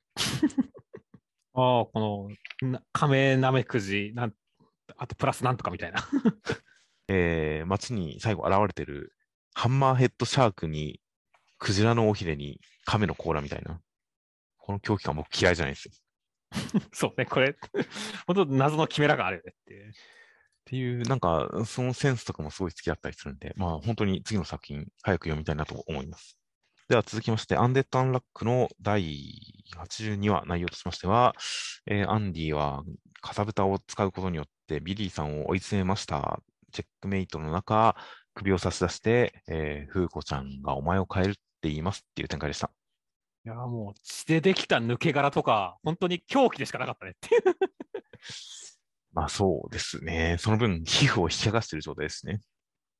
ああ、この、カメナメクジ、あとプラスなんとかみたいな。 街に最後現れてるハンマーヘッドシャークにクジラの尾ひれに亀の甲羅みたいな。この狂気感僕嫌いじゃないですよ。っそうね、これ、本当謎のキメラがあるよねっていう。 ていう、なんか、そのセンスとかもすごい好きだったりするんで、まあ本当に次の作品早く読みたいなと思います。では続きまして、アンデッド・アンラックの第82話内容としましては、アンディはかさぶたを使うことによってビリーさんを追い詰めました。チェックメイトの中、首を差し出して、フーコちゃんがお前を変えるって言いますっていう展開でした。 いや、もう血でできた抜け殻とか、本当に狂気でしかなかったねっていう。 まあそうですね。その分、皮膚を引き剥がしている状態ですね。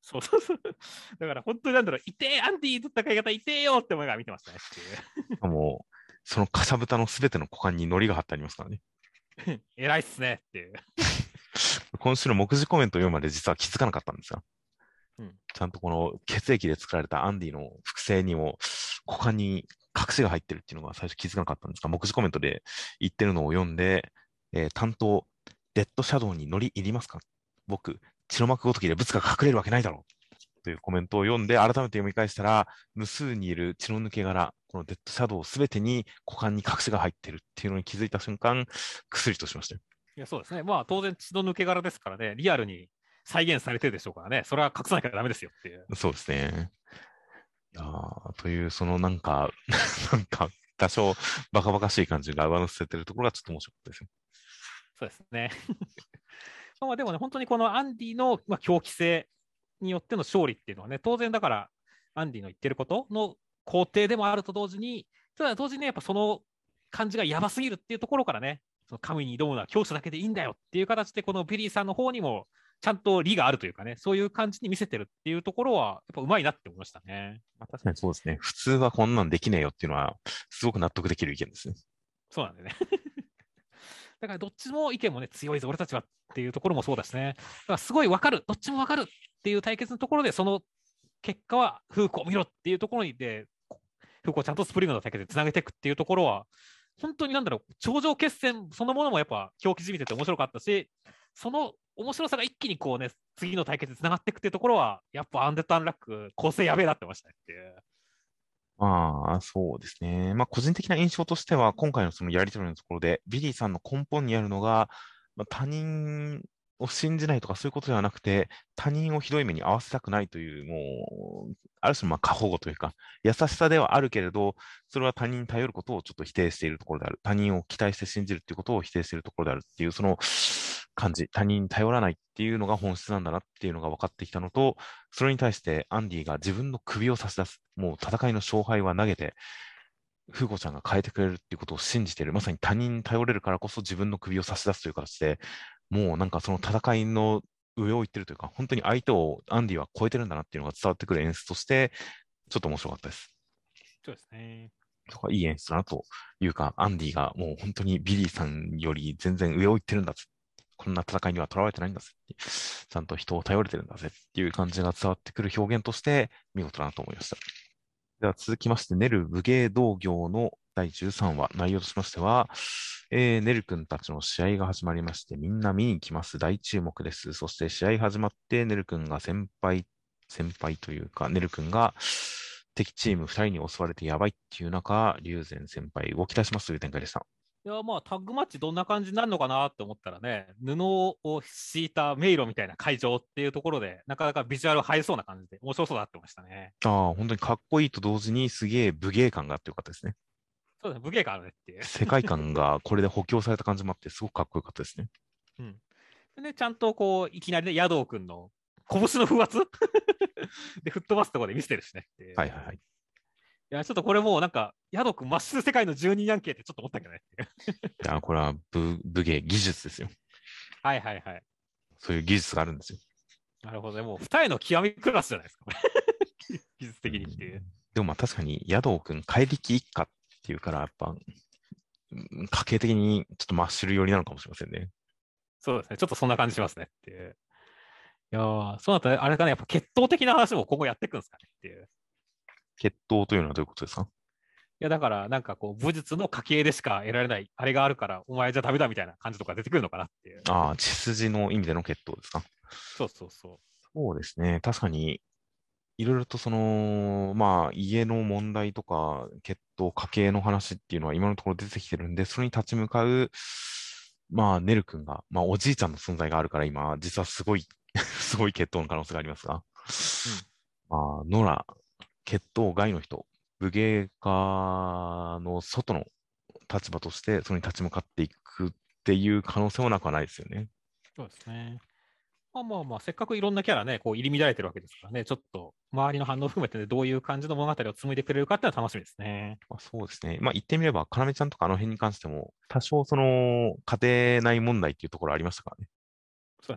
そうそうそう。だから本当になんだろう、いてえ、アンディ取った買い方いてえよって思いが見てましたねっていう。 しかも、そのかさぶたのすべての股間に糊が貼ってありますからね。 偉いっすねっていう。 今週の目次コメントを読むまで実は気づかなかったんですが、 うん。 ちゃんとこの血液で作られたアンディの複製にも股間に隠しが入ってるっていうのが最初気づかなかったんですが、目次コメントで言ってるのを読んで、担当、デッドシャドウに糊いりますか？僕、血の膜ごときで物が隠れるわけないだろうというコメントを読んで、改めて読み返したら、無数にいる血の抜け殻、このデッドシャドウすべてに股間に隠しが入ってるっていうのに気づいた瞬間、薬としましたよ。 いや、そうですね。まあ当然血の抜け殻ですからね、リアルに再現されてるでしょうからね、それは隠さなきゃダメですよっていう。 そうですね。いやという、そのなんか、なんか、多少バカバカしい感じが上乗せてるところがちょっと面白かったですよ。 そうですね。まあでもね、本当にこのアンディの、まあ、狂気性によっての勝利っていうのはね、当然だから、アンディの言ってることの肯定でもあると同時に、ただ同時にね、やっぱその感じがやばすぎるっていうところからね、その神に挑むのは強者だけでいいんだよっていう形で、このビリーさんの方にも、ちゃんと利があるというかね、そういう感じに見せてるっていうところは、やっぱうまいなって思いましたね。 まあ、確かにそうですね。普通はこんなんできねえよっていうのは、すごく納得できる意見ですね。 そうなんでね。だからどっちも意見もね、強いぞ、俺たちはっていうところもそうですね。だからすごい分かる、どっちも分かるっていう対決のところで、その結果はフーコを見ろっていうところにで、フーコをちゃんとスプリングの対決でつなげていくっていうところは、本当になんだろう、頂上決戦そのものもやっぱ狂気じみてて面白かったし、その面白さが一気にこうね、次の対決でつながっていくっていうところは、やっぱアンデッド・アンラック、構成やべえなってましたねっていう。 まあ、そうですね。まあ、個人的な印象としては、今回のそのやりとりのところで、ビリーさんの根本にあるのが、まあ、他人を信じないとかそういうことではなくて、他人をひどい目に遭わせたくないという、もう、ある種、まあ、過保護というか、優しさではあるけれど、それは他人に頼ることをちょっと否定しているところである。他人を期待して信じるっていうことを否定しているところであるっていう、その感じ。他人に頼らないっていうのが本質なんだなっていうのが分かってきたのと、それに対してアンディが自分の首を差し出す。もう戦いの勝敗は投げて、フーゴちゃんが変えてくれるっていうことを信じている。まさに他人に頼れるからこそ自分の首を差し出すという形で、もうなんかその戦いの上を行ってるというか、本当に相手をアンディは超えてるんだなっていうのが伝わってくる演出として、ちょっと面白かったです。 そうですね。 とかいい演出だなというか、アンディがもう本当にビリーさんより全然上を行ってるんだぜ。こんな戦いにはとらわれてないんだぜって。ちゃんと人を頼れてるんだぜっていう感じが伝わってくる表現として見事だなと思いました。では続きまして、ネル武芸道業の第13話、内容としましては、ネル君たちの試合が始まりまして、みんな見に来ます。大注目です。そして試合始まって、ネル君が先輩というか、ネル君が敵チーム2人に襲われてやばいっていう中、龍禅先輩動き出しますという展開でした。 いや、まあ、タッグマッチどんな感じになるのかなって思ったらね、布を敷いた迷路みたいな会場っていうところで、なかなかビジュアル映えそうな感じで、面白そうだってましたね。 ああ、本当にかっこいいと同時にすげえ武芸感があってよかったですね。 そうですね、武芸感あるねっていう。 世界観がこれで補強された感じもあって、すごくかっこよかったですね。 うん。でね、ちゃんとこう、いきなりね、ヤドウ君の拳の風圧で吹っ飛ばすところで見せてるしねっていう。 はいはいはい。 いや、ちょっとこれもうなんか、ヤドウ君、マッシュ世界の住人やんけってちょっと思ったけどねっていう。 いや、これは武芸、技術ですよ。 はいはいはい。 そういう技術があるんですよ。 なるほどね。もう二重の極みクラスじゃないですか、これ。技術うん、 的にっていう。 でもまあ確かに、野道くん、怪力一家っていうから、やっぱ、家系的にちょっとマッシュル寄りなのかもしれませんね。 そうですね。ちょっとそんな感じしますねっていう。いやー、そうなったら、あれかね、やっぱ血統的な話も今後やっていくんですかねっていう。 血統というのはどういうことですか？ いや、だから、なんかこう、武術の家系でしか得られない、あれがあるから、お前じゃダメだみたいな感じとか出てくるのかなっていう。 ああ、血筋の意味での血統ですか？ そうそうそそうですね。確かに、いろいろとその、まあ、家の問題とか、血統、家系の話っていうのは今のところ出てきてるんで、それに立ち向かう、まあ、ネル君が、まあ、おじいちゃんの存在があるから今、実はすごいすごい血統の可能性がありますが、 う。うん。 まあ、野良、血統外の人、武芸家の外の立場として、それに立ち向かっていくっていう可能性もなくはないですよね。 そうですね。まあまあまあ、せっかくいろんなキャラね、こう入り乱れてるわけですからね、ちょっと周りの反応を含めてね、どういう感じの物語を紡いでくれるかっていうのは楽しみですね。 まあ、そうですね。まあ、言ってみれば、かなめちゃんとかあの辺に関しても、多少その、家庭内問題っていうところありましたからね。 そうだね。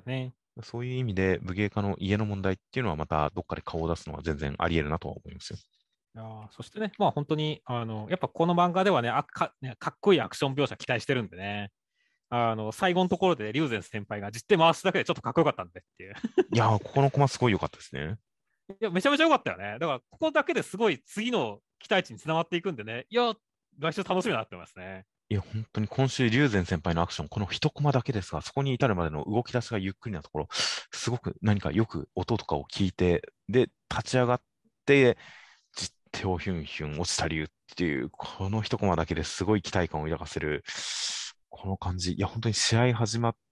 そういう意味で武芸家の家の問題っていうのはまたどっかで顔を出すのは全然あり得るなとは思いますよ。 そしてね、まあ本当に、やっぱこの漫画ではね、かっこいいアクション描写期待してるんでね、最後のところで龍禅先輩が実手回すだけでちょっとかっこよかったんでっていう。 いやー、ここのコマすごい良かったですね。 いや、めちゃめちゃ良かったよね。だから、ここだけですごい次の期待値につながっていくんでね、いや、来週楽しみになってますね。 いや、本当に今週、龍禅先輩のアクション、この一コマだけですが、そこに至るまでの動き出しがゆっくりなところ、すごく何かよく音とかを聞いて、で、立ち上がって、実手をヒュンヒュン落ちた理由っていう、この一コマだけですごい期待感を抱かせる、この感じ。いや、本当に試合始まって、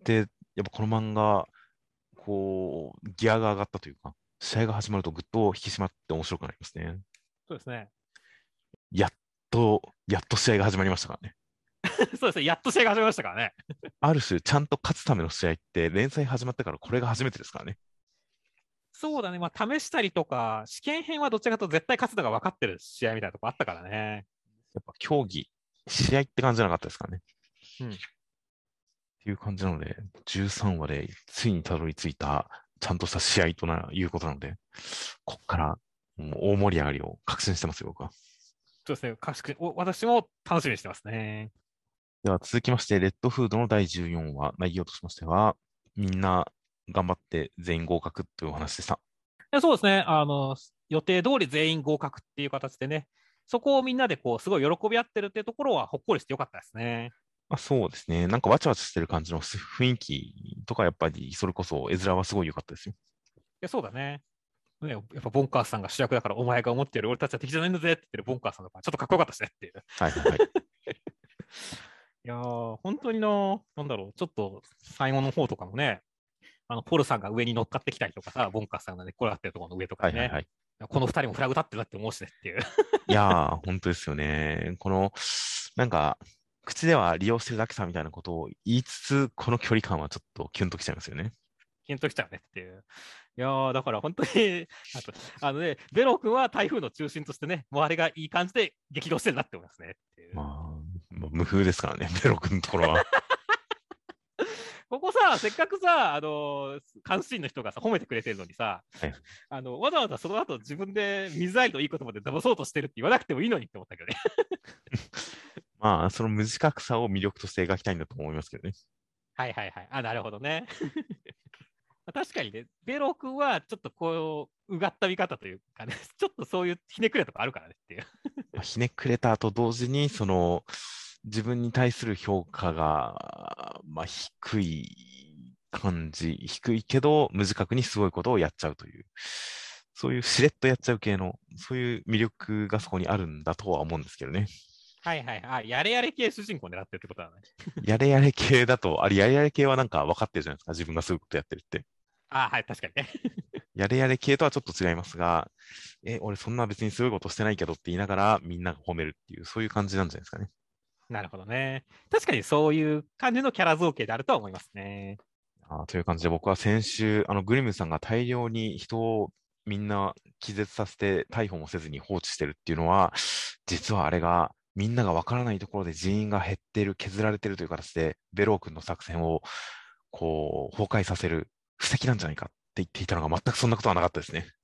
やっぱこの漫画、こう、ギアが上がったというか、試合が始まるとぐっと引き締まって面白くなりますね。 そうですね。 やっやっと試合が始まりましたからね。 そうですね。やっと試合が始まりましたからね。 ある種、ちゃんと勝つための試合って、連載始まってからこれが初めてですからね。 そうだね。まあ、試したりとか、試験編はどちらかというと絶対勝つのが分かってる試合みたいなとこあったからね。 やっぱ競技、試合って感じじゃなかったですからね。 うん。 っていう感じなので、13話でついにたどり着いた、ちゃんとした試合ということなので、こっからもう大盛り上がりを確信してますよ、僕は。 そうですね。私も楽しみにしてますね。 では続きまして、レッドフードの第14話、内容としましては、みんな頑張って全員合格というお話でした。 そうですね。予定通り全員合格っていう形でね、そこをみんなでこう、すごい喜び合ってるっていうところはほっこりしてよかったですね。 まあ、そうですね。なんかわちゃわちゃしてる感じの雰囲気とか、やっぱりそれこそ絵面はすごい良かったですよ。 そうだね。やっぱボンカーさんが主役だからお前が思ってる俺たちは敵じゃないんだぜって言ってるボンカーさんとかちょっとかっこよかったしねっていう。 はいはいはい。 いやー、本当にな、なんだろう、ちょっと最後の方とかもね、ポルさんが上に乗っかってきたりとかさ、ボンカーさんが寝っ転がってるところの上とかにね、 はいはいはい。 この二人もフラグ立ってるなって思うしねっていう。 いやー、本当ですよね。なんか、口では利用してるだけさみたいなことを言いつつ、この距離感はちょっとキュンときちゃいますよね。 キュンときちゃうねっていう。いやー、だから本当にベロ君は台風の中心としてね、周りがいい感じで激動してるなって思いますねっていう。 無風ですからね、ベロ君のところは。 ここさ、せっかくさ、監視員の人がさ、褒めてくれてるのにさ、 はい。 わざわざその後自分で水合いのいい言葉で騙そうとしてるって言わなくてもいいのにって思ったけどね。 まあ、その無自覚さを魅力として描きたいんだと思いますけどね。 はいはいはい。なるほどね。確かにね、ベロ君はちょっとこう、うがった見方というかね、ちょっとそういうひねくれとかあるからねっていう。 まあひねくれたと同時に、自分に対する評価が、まあ、低い感じ、低いけど、無自覚にすごいことをやっちゃうという、そういうしれっとやっちゃう系の、そういう魅力がそこにあるんだとは思うんですけどね。 はいはい。やれやれ系主人公狙ってるってことだね。 やれやれ系だと、あれ、やれやれ系はなんか分かってるじゃないですか。自分がそういうことやってるって。 はい、確かにね。 やれやれ系とはちょっと違いますが、俺そんな別にすごいことしてないけどって言いながらみんなが褒めるっていう、そういう感じなんじゃないですかね。 なるほどね。確かにそういう感じのキャラ造形であるとは思いますね。 という感じで僕は先週、グリムさんが大量に人をみんな気絶させて逮捕もせずに放置してるっていうのは、実はあれがみんながわからないところで人員が減っている、削られているという形で、ベロー君の作戦をこう崩壊させる布石なんじゃないかって言っていたのが全くそんなことはなかったですね。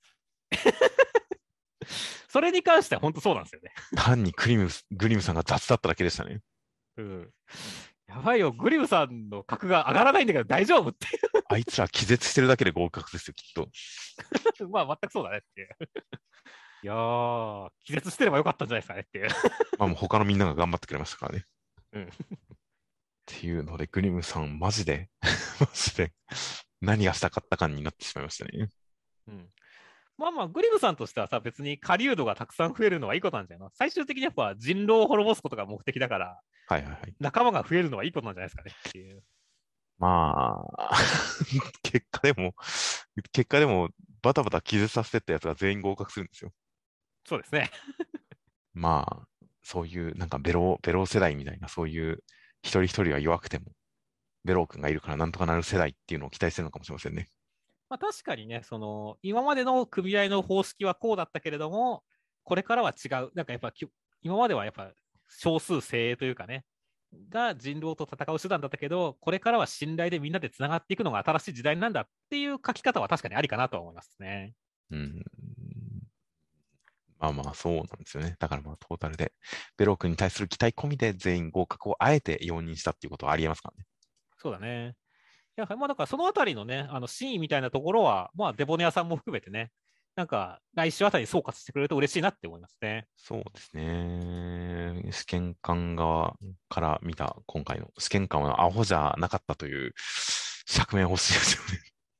それに関しては本当そうなんですよね。 単にグリムさんが雑だっただけでしたね。 うん。やばいよ、グリムさんの格が上がらないんだけど大丈夫っていあいつら気絶してるだけで合格ですよ、きっと。 う。まあ、全くそうだねっていう。いやー、気絶してればよかったんじゃないですかねっていう。 まあもう他のみんなが頑張ってくれましたからね。っうん。 ていうので、グリムさんマジでマジで何がしたかった感になってしまいましたね。 うん。まあまあ、グリムさんとしてはさ、別に狩人がたくさん増えるのはいいことなんじゃないの？最終的にやっぱ人狼を滅ぼすことが目的だから、 はいはいはい。 仲間が増えるのはいいことなんじゃないですかねっていう。 まあ結果でも、結果でも、バタバタ気絶させてったやつが全員合格するんですよ。 そうですね。 まあ、そういう、なんかベロー世代みたいな、そういう一人一人は弱くても、ベロー君がいるからなんとかなる世代っていうのを期待してるのかもしれませんね。 まあ確かにね、今までの組合の方式はこうだったけれども、これからは違う。なんかやっぱ今まではやっぱ少数精鋭というかね、 が人狼と戦う手段だったけど、これからは信頼でみんなでつながっていくのが新しい時代なんだっていう書き方は確かにありかなとは思いますね。 うん。まあまあ、そうなんですよね。だからまあ、トータルで、ベロー君に対する期待込みで全員合格をあえて容認したっていうことはありえますからね。 そうだね。いや、まあだからそのあたりのね、真意みたいなところは、まあデボネアさんも含めてね、なんか来週あたりに総括してくれると嬉しいなって思いますね。 そうですね。試験官側から見た今回の試験官はアホじゃなかったという釈明欲しいですよね。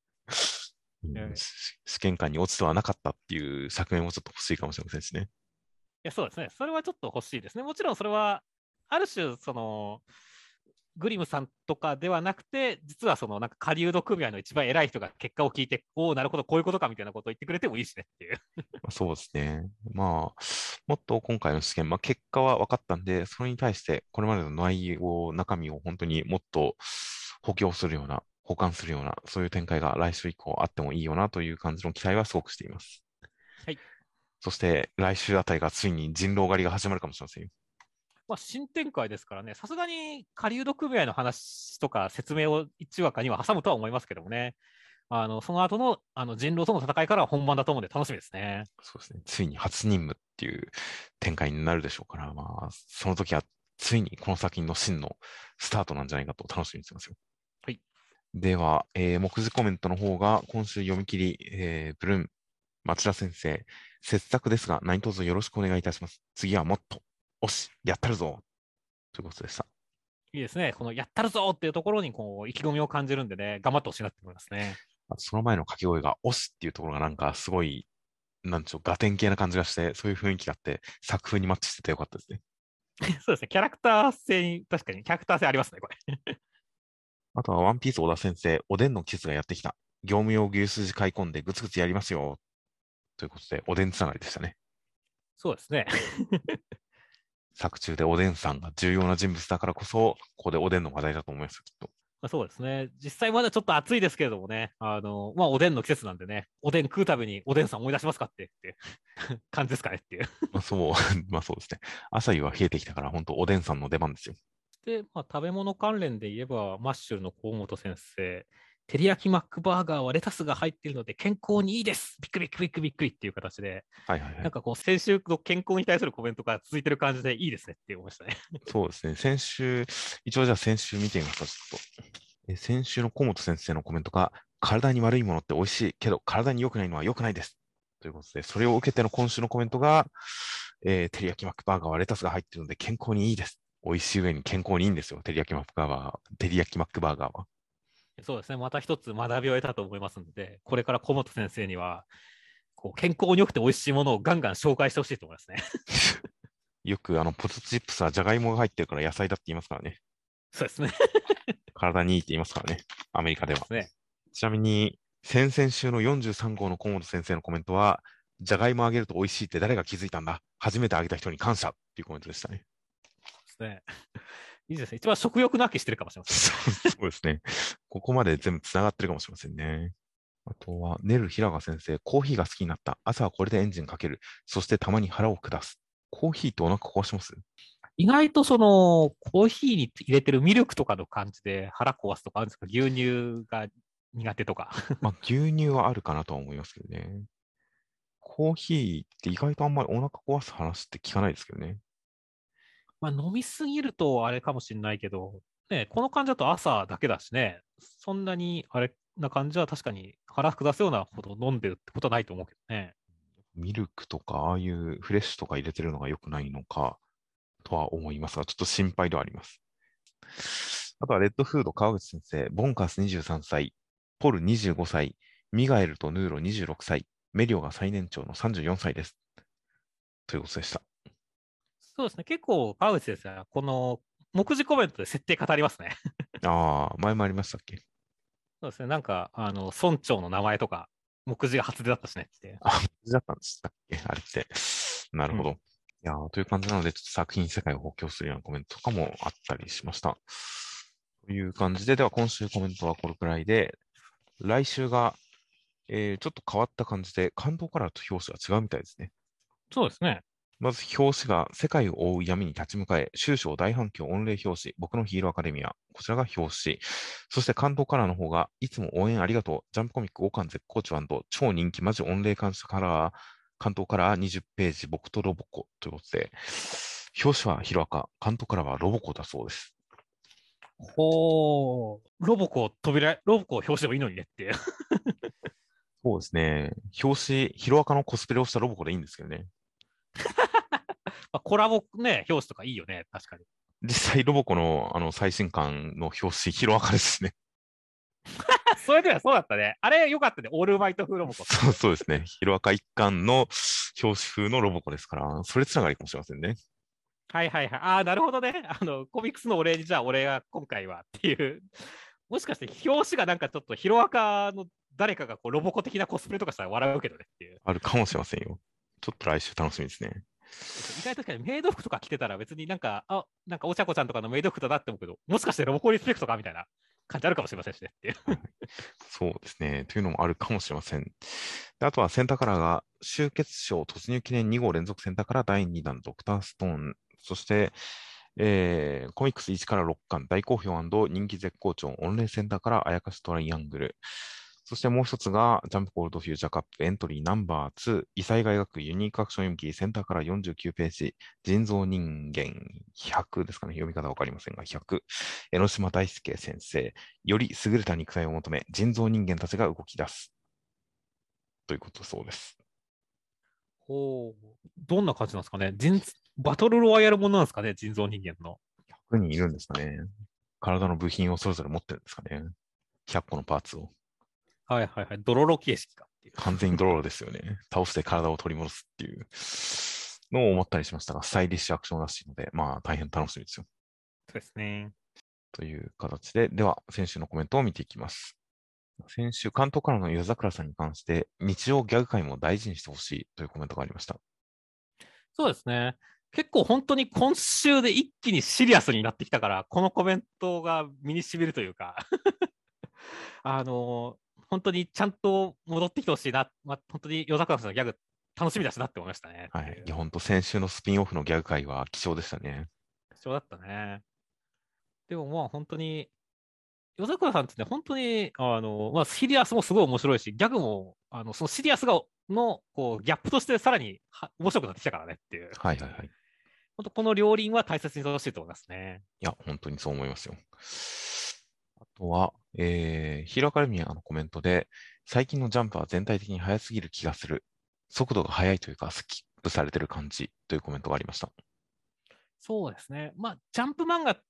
試験官に落ちてはなかったっていう釈明もちょっと欲しいかもしれませんしね。 いや、そうですね。それはちょっと欲しいですね。もちろんそれは、ある種、グリムさんとかではなくて、実はなんか狩人組合の一番偉い人が結果を聞いて、おお、なるほど、こういうことかみたいなことを言ってくれてもいいしねっていう。 まあ、そうですね。まあ、もっと今回の試験、まあ結果は分かったんで、それに対してこれまでの内容、中身を本当にもっと補強するような、補完するような、そういう展開が来週以降あってもいいよなという感じの期待はすごくしています。 はい。 そして来週あたりがついに人狼狩りが始まるかもしれませんよ。 まあ、新展開ですからね、さすがに狩人組合の話とか説明を1話かには挟むとは思いますけどもね。その後の人狼との戦いからは本番だと思うんで楽しみですね。 そうですね。ついに初任務っていう展開になるでしょうから、まあ、その時はついにこの作品の真のスタートなんじゃないかと楽しみにしてますよ。 はい。 では、目次コメントの方が今週読み切り、ブルーン、町田先生、切削ですが何卒よろしくお願いいたします。次はもっと、おし、やったるぞということでした。 いいですね。このやったるぞっていうところにこう意気込みを感じるんでね、頑張ってほしいなって思いますね。 あとその前の掛け声が、おしっていうところがなんかすごい、なんでしょう、ガテン系な感じがして、そういう雰囲気があって、作風にマッチしててよかったですね。 そうですね。キャラクター性に、確かにキャラクター性ありますね、これ。 あとは、ワンピース小田先生、おでんの季節がやってきた。業務用牛すじ買い込んでグツグツやりますよ。ということで、おでんつながりでしたね。 そうですね。 作中でおでんさんが重要な人物だからこそ、ここでおでんの話題だと思いますよ、きっと。 まあ、そうですね。実際まだちょっと暑いですけれどもね、まあ、おでんの季節なんでね、おでん食うたびにおでんさん思い出しますかって感じですかねっていう。 まあそう、まあそうですね。朝夕は冷えてきたから、本当おでんさんの出番ですよ。 で、まあ、食べ物関連で言えば、マッシュルの河本先生、照り焼きマックバーガーはレタスが入っているので健康にいいです。びっくりびっくりびっくりびっくりっていう形で、 はいはいはい。 なんかこう、先週の健康に対するコメントが続いてる感じでいいですねって思いましたね。 そうですね。先週、一応じゃあ先週見てみますか、ちょっと。先週の河本先生のコメントが、体に悪いものって美味しいけど、体に良くないのは良くないです。ということで、それを受けての今週のコメントが、照り焼きマックバーガーはレタスが入っているので健康にいいです。美味しい上に健康にいいんですよ。照り焼きマックバーガー、照り焼きマックバーガーは。 そうですね。また一つ学びを得たと思いますので、これから小本先生には、こう健康に良くて美味しいものをガンガン紹介してほしいと思いますね。 よくポテトチップスはジャガイモが入ってるから野菜だって言いますからね。 そうですね。 体にいいって言いますからね。アメリカでは。 そうですね。 ちなみに、先々週の43号の河本先生のコメントは、じゃがいもあげると美味しいって誰が気づいたんだ初めてあげた人に感謝っていうコメントでしたね。 ですね。いいですね。一番食欲の秋してるかもしれませんね。 そうですね。ここまで全部繋がってるかもしれませんね。あとは、ネル平賀先生、コーヒーが好きになった。朝はこれでエンジンかける。そしてたまに腹を下す。コーヒーってお腹壊します？ 意外とコーヒーに入れてるミルクとかの感じで腹壊すとかあるんですか？牛乳が苦手とか。 まあ、牛乳はあるかなとは思いますけどね。コーヒーって意外とあんまりお腹壊す話って聞かないですけどね。 まあ飲みすぎるとあれかもしれないけど、ね、この感じだと朝だけだしね、そんなにあれな感じは確かに腹下すようなほど飲んでるってことはないと思うけどね。 ミルクとか、ああいうフレッシュとか入れてるのが良くないのかとは思いますが、ちょっと心配ではあります。あとは、レッドフード川口先生、ボンカース23歳、ポル25歳、ミガエルとヌーロ26歳、メリオが最年長の34歳です。ということでした。 そうですね。結構、川口先生はこの目次コメントで設定語りますね。 ああ、前もありましたっけ？ そうですね。なんか、村長の名前とか、目次が初出だったしねって。 あ、同じだったんでしたっけあれって。なるうん。 ほど。いやーという感じなので、ちょっと作品世界を補強するようなコメントとかもあったりしました。という感じで、では今週コメントはこれくらいで、来週が、ちょっと変わった感じで、関東カラーと表紙が違うみたいですね。 そうですね。 まず表紙が世界を覆う闇に立ち向かえ、終章大反響御礼表紙、僕のヒーローアカデミア。こちらが表紙。そして関東カラーの方が、いつも応援ありがとう。ジャンプコミック5巻絶好調超人気マジ御礼感謝カラー、関東カラー20ページ、僕とロボコということで、表紙はヒロアカ、関東カラーはロボコだそうです。 ほー。ロボコを表紙でもいいのにねっていう。 そうですね。表紙、ヒロアカのコスプレをしたロボコでいいんですけどね。 まあ、コラボね、表紙とかいいよね、確かに。 実際ロボコの最新刊の表紙、ヒロアカですね。 それではそうだったね。あれよかったね、オールマイト風ロボコ。 そうですね。ヒロアカ一巻の表紙風のロボコですから、それつながりかもしれませんね。 はいはいはい。ああ、なるほどね。コミックスのお礼に、じゃあ俺が今回はっていう。もしかして表紙がなんかちょっとヒロアカの誰かがこうロボコ的なコスプレとかしたら笑うけどねっていう。 あるかもしれませんよ。ちょっと来週楽しみですね。 意外とメイド服とか着てたら別になんか、なんかお茶子ちゃんとかのメイド服だなって思うけど、もしかしてロボコリスペクトかみたいな感じあるかもしれませんしねっていう。 はい、そうですね。というのもあるかもしれません。であとはセンターカラーが集結賞突入記念2号連続センターカラー第2弾ドクターストーン。そして、コミックス1から6巻大好評人気絶好調御礼センターからあやかしトライアングル。そしてもう一つが、ジャンプコールドフューチャーカップエントリーナンバー2、異彩外学ユニークアクション読み切りセンターから49ページ、人造人間100ですかね、読み方わかりませんが、100、江ノ島大輔先生、より優れた肉体を求め、人造人間たちが動き出す。ということそうです。 ほう。どんな感じなんですかね。バトルロワイヤルものなんですかね、人造人間の。 100人いるんですかね。体の部品をそれぞれ持ってるんですかね。100個のパーツを。 はいはいはい。ドロロ形式かっていう。 完全にドローですよね。倒して体を取り戻すっていうのを思ったりしましたが、スタイリッシュアクションらしいので、まあ大変楽しみですよ。 そうですね。 という形で、では、先週のコメントを見ていきます。先週、関東からの夜桜さんに関して、日常ギャグ界も大事にしてほしいというコメントがありました。 そうですね。結構本当に今週で一気にシリアスになってきたから、このコメントが身に染みるというか本当にちゃんと戻ってきてほしいな、まあ、本当に夜桜さんのギャグ楽しみだしなって思いましたね。 はい。いや、本当先週のスピンオフのギャグ界は貴重でしたね。 貴重だったね。でもまあ本当に、夜桜さんってね、本当に、まあ、シリアスもすごい面白いし、ギャグも、そのシリアスの、こう、ギャップとしてさらに面白くなってきたからねっていう。 はいはいはい。 本当この両輪は大切にしてほしいと思いますね。 いや、本当にそう思いますよ。あとは、ヒーローアカデミアのコメントで、最近のジャンプは全体的に速すぎる気がする。速度が速いというか、スキップされてる感じというコメントがありました。 そうですね。まあ、ジャンプ漫画って、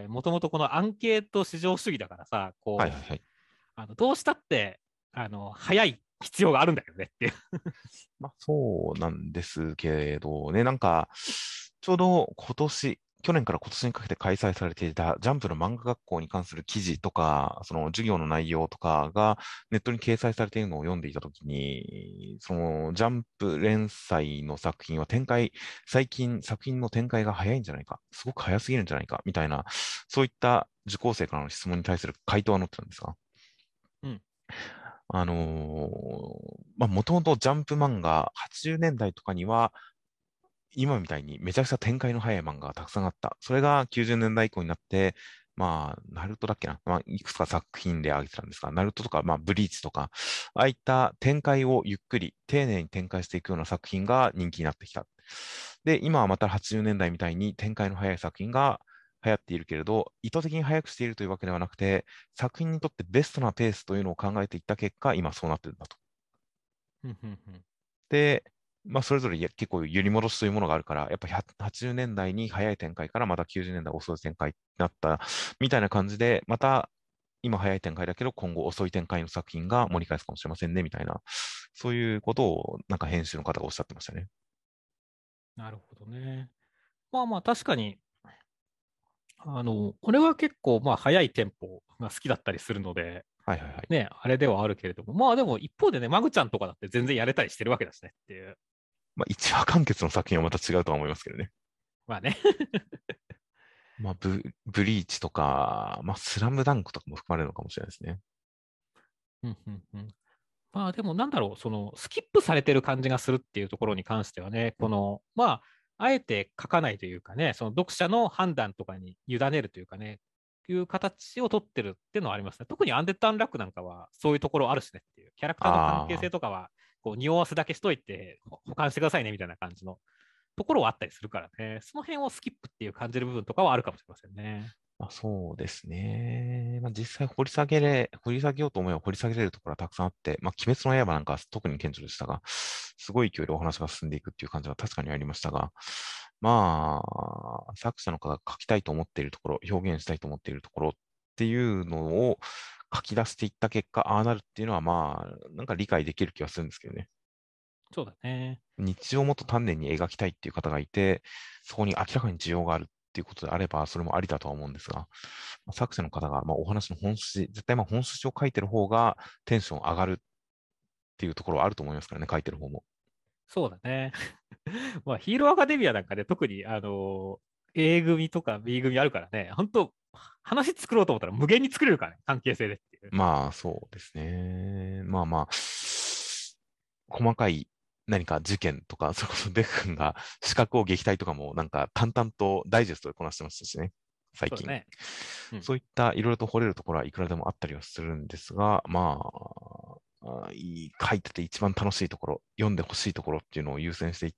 もともとこのアンケート至上主義だからさ、こう、 はいはいはい。 どうしたって、早い必要があるんだよねっていう。 まあ、そうなんですけどね、なんか、ちょうど去年から今年にかけて開催されていたジャンプの漫画学校に関する記事とか、その授業の内容とかがネットに掲載されているのを読んでいたときに、そのジャンプ連載の作品は最近作品の展開が早いんじゃないか、すごく早すぎるんじゃないか、みたいな、そういった受講生からの質問に対する回答は載ってたんですが、 うん。 まあ、もともとジャンプ漫画、80年代とかには、今みたいにめちゃくちゃ展開の早い漫画がたくさんあった。それが90年代以降になって、まあ、ナルトだっけな。まあ、いくつか作品で挙げてたんですが、ナルトとか、まあ、ブリーチとか、ああいった展開をゆっくり、丁寧に展開していくような作品が人気になってきた。で、今はまた80年代みたいに展開の早い作品が流行っているけれど、意図的に早くしているというわけではなくて、作品にとってベストなペースというのを考えていった結果、今そうなってるんだと。 うんうんうん。 で、まあ、それぞれ結構揺り戻しというものがあるから、やっぱ80年代に早い展開からまた90年代遅い展開になったみたいな感じで、また今早い展開だけど今後遅い展開の作品が盛り返すかもしれませんねみたいな、そういうことをなんか編集の方がおっしゃってましたね。 なるほどね。まあまあ、確かに、俺は結構、まあ、早いテンポが好きだったりするので、 はいはいはい。 ね、あれではあるけれども、まあでも一方でね、マグちゃんとかだって全然やれたりしてるわけだしねっていう。 まあ、一話完結の作品はまた違うとは思いますけどね。 まあね。 まあ、ブリーチとか、まあ、スラムダンクとかも含まれるのかもしれないですね。 うんうんうん。まあでもなんだろう、そのスキップされてる感じがするっていうところに関してはね、この、まあ、 あえて書かないというかね、その読者の判断とかに委ねるというかね、いう形を取ってるっていうのはありますね。特にアンデッド・アンラックなんかはそういうところあるしねっていう、キャラクターの関係ああ、 性とかは、こう、匂わせだけしといて、保管してくださいねみたいな感じのところはあったりするからね、その辺をスキップっていう感じる部分とかはあるかもしれませんね。 まあ、そうですね。まあ、実際掘り下げようと思えば掘り下げれるところはたくさんあって、まあ、鬼滅の刃なんかは特に顕著でしたが、すごい勢いでお話が進んでいくっていう感じは確かにありましたが、まあ、作者の方が書きたいと思っているところ、表現したいと思っているところっていうのを書き出していった結果、ああなるっていうのはまあ、なんか理解できる気はするんですけどね。 そうだね。 日常をもっと丹念に描きたいっていう方がいて、そこに明らかに需要があるっていうことであれば、それもありだとは思うんですが、作者の方がお話の本筋、絶対本筋を書いてる方がテンション上がるっていうところはあると思いますからね、書いてる方も。 そうだね。まあ、ヒーローアカデミアなんかで、特に、A 組とか B 組あるからね、本当話作ろうと思ったら無限に作れるからね、関係性でっていう。 まあ、そうですね。まあまあ、細かい何か事件とか、それこそデフ君が資格を撃退とかもなんか淡々とダイジェストでこなしてましたしね、最近。 そうだね。うん。 そういったいろいろと掘れるところはいくらでもあったりはするんですが、書いてて一番楽しいところ、読んでほしいところっていうのを優先していって、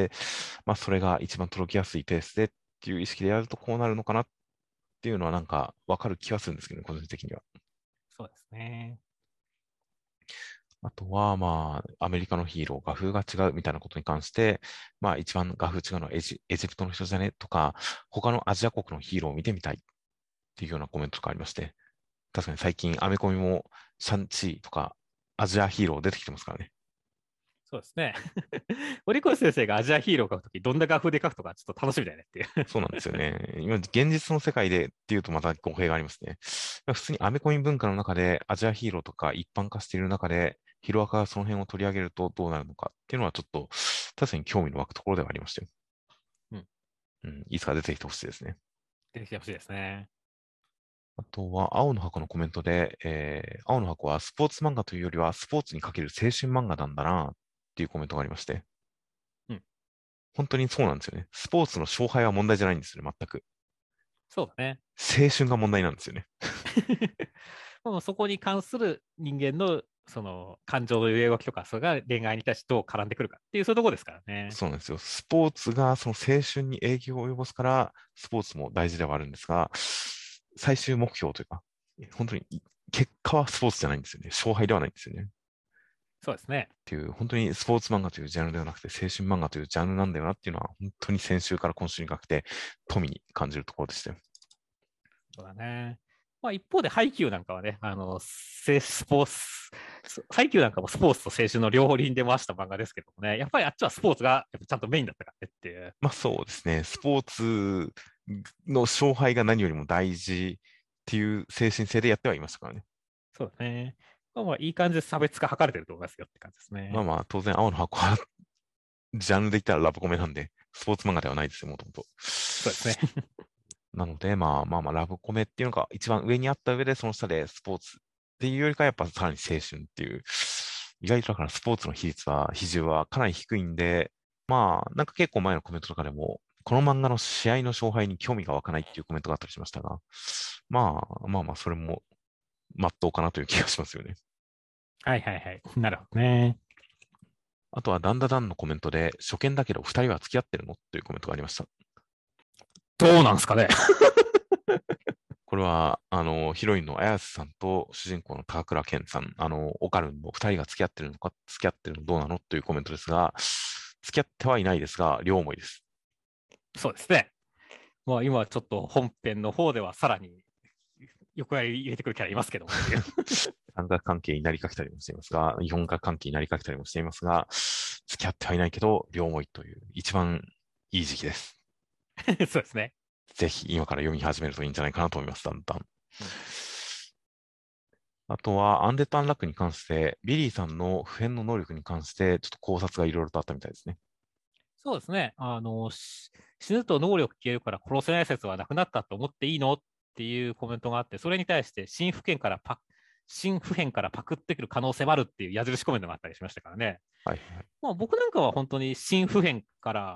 まあ、それが一番届きやすいペースでっていう意識でやるとこうなるのかなっていうのはなんかわかる気はするんですけどね、個人的には。 そうですね。 あとは、アメリカのヒーロー、画風が違うみたいなことに関して、一番画風違うのはエジプトの人じゃねとか、他のアジア国のヒーローを見てみたいっていうようなコメントがありまして、確かに最近アメコミもシャンチーとかアジアヒーロー出てきてますからね。 そうですね。堀越先生がアジアヒーローを描くとき、どんな画風で描くとか、ちょっと楽しみだよねっていう。 そうなんですよね。今、現実の世界でっていうとまた語弊がありますね。普通にアメコミ文化の中でアジアヒーローとか一般化している中で、ヒロアカがその辺を取り上げるとどうなるのかっていうのはちょっと確かに興味の湧くところではありましたよ。 うん。 うん、いつか出てきてほしいですね。 出てきてほしいですね。 あとは、青の箱のコメントで、青の箱はスポーツ漫画というよりはスポーツにかける青春漫画なんだなっていうコメントがありまして、 うん。 本当にそうなんですよね。スポーツの勝敗は問題じゃないんですよね、全く。 そうだね。 青春が問題なんですよね。 もうそこに関する人間のその感情の揺れ動きとか、それが恋愛に対してどう絡んでくるかっていう、そういうところですからね。 そうなんですよ。スポーツがその青春に影響を及ぼすから、スポーツも大事ではあるんですが、最終目標というか、本当に結果はスポーツじゃないんですよね。勝敗ではないんですよね。っそうですね。 ていう、本当にスポーツ漫画というジャンルではなくて、青春漫画というジャンルなんだよなっていうのは、本当に先週から今週にかけて、富に感じるところでしたよ。 そうだね。まあ一方で、ハイキューなんかはね、スポーツ、ハイキューなんかもスポーツと青春の両輪で回した漫画ですけどもね、やっぱりあっちはスポーツがやっぱちゃんとメインだったからねっていう。 そうですね。スポーツの勝敗が何よりも大事っていう精神性でやってはいましたからね。 そうだね。まあいい感じで差別化図れてると思いますよって感じですね。 当然、青の箱はジャンルで言ったらラブコメなんで、スポーツ漫画ではないですよ、もともと。 そうですね。 なので、ラブコメっていうのが一番上にあった上で、その下でスポーツっていうよりかはやっぱさらに青春っていう、意外とだからスポーツの比重はかなり低いんで、なんか結構前のコメントとかでも、この漫画の試合の勝敗に興味が湧かないっていうコメントがあったりしましたが、それも真っ当かなという気がしますよね。 はいはいはい。なるほどね。 あとは、ダンダダンのコメントで、初見だけど二人は付き合ってるのというコメントがありました。 どうなんすかね。 これは、ヒロインの綾瀬さんと主人公の高倉健さん、オカルンの二人が付き合ってるのか、付き合ってるのどうなのというコメントですが、付き合ってはいないですが、両思いです。 そうですね。まあ今ちょっと本編の方ではさらに横やり入れてくるキャラいますけども。 三角関係になりかけたりもしていますが、四角関係になりかけたりもしていますが、付き合ってはいないけど、両思いという一番いい時期です。 そうですね。 ぜひ今から読み始めるといいんじゃないかなと思います、だんだん。 うん、 あとは、アンデッド・アンラックに関して、ビリーさんの普遍の能力に関して、ちょっと考察がいろいろとあったみたいですね。 そうですね。死ぬと能力消えるから殺せない説はなくなったと思っていいのっていうコメントがあって、それに対して新普遍からパクってくる可能性もあるっていう矢印コメントがあったりしましたからね。 はいはい。 まあ僕なんかは本当に新普遍から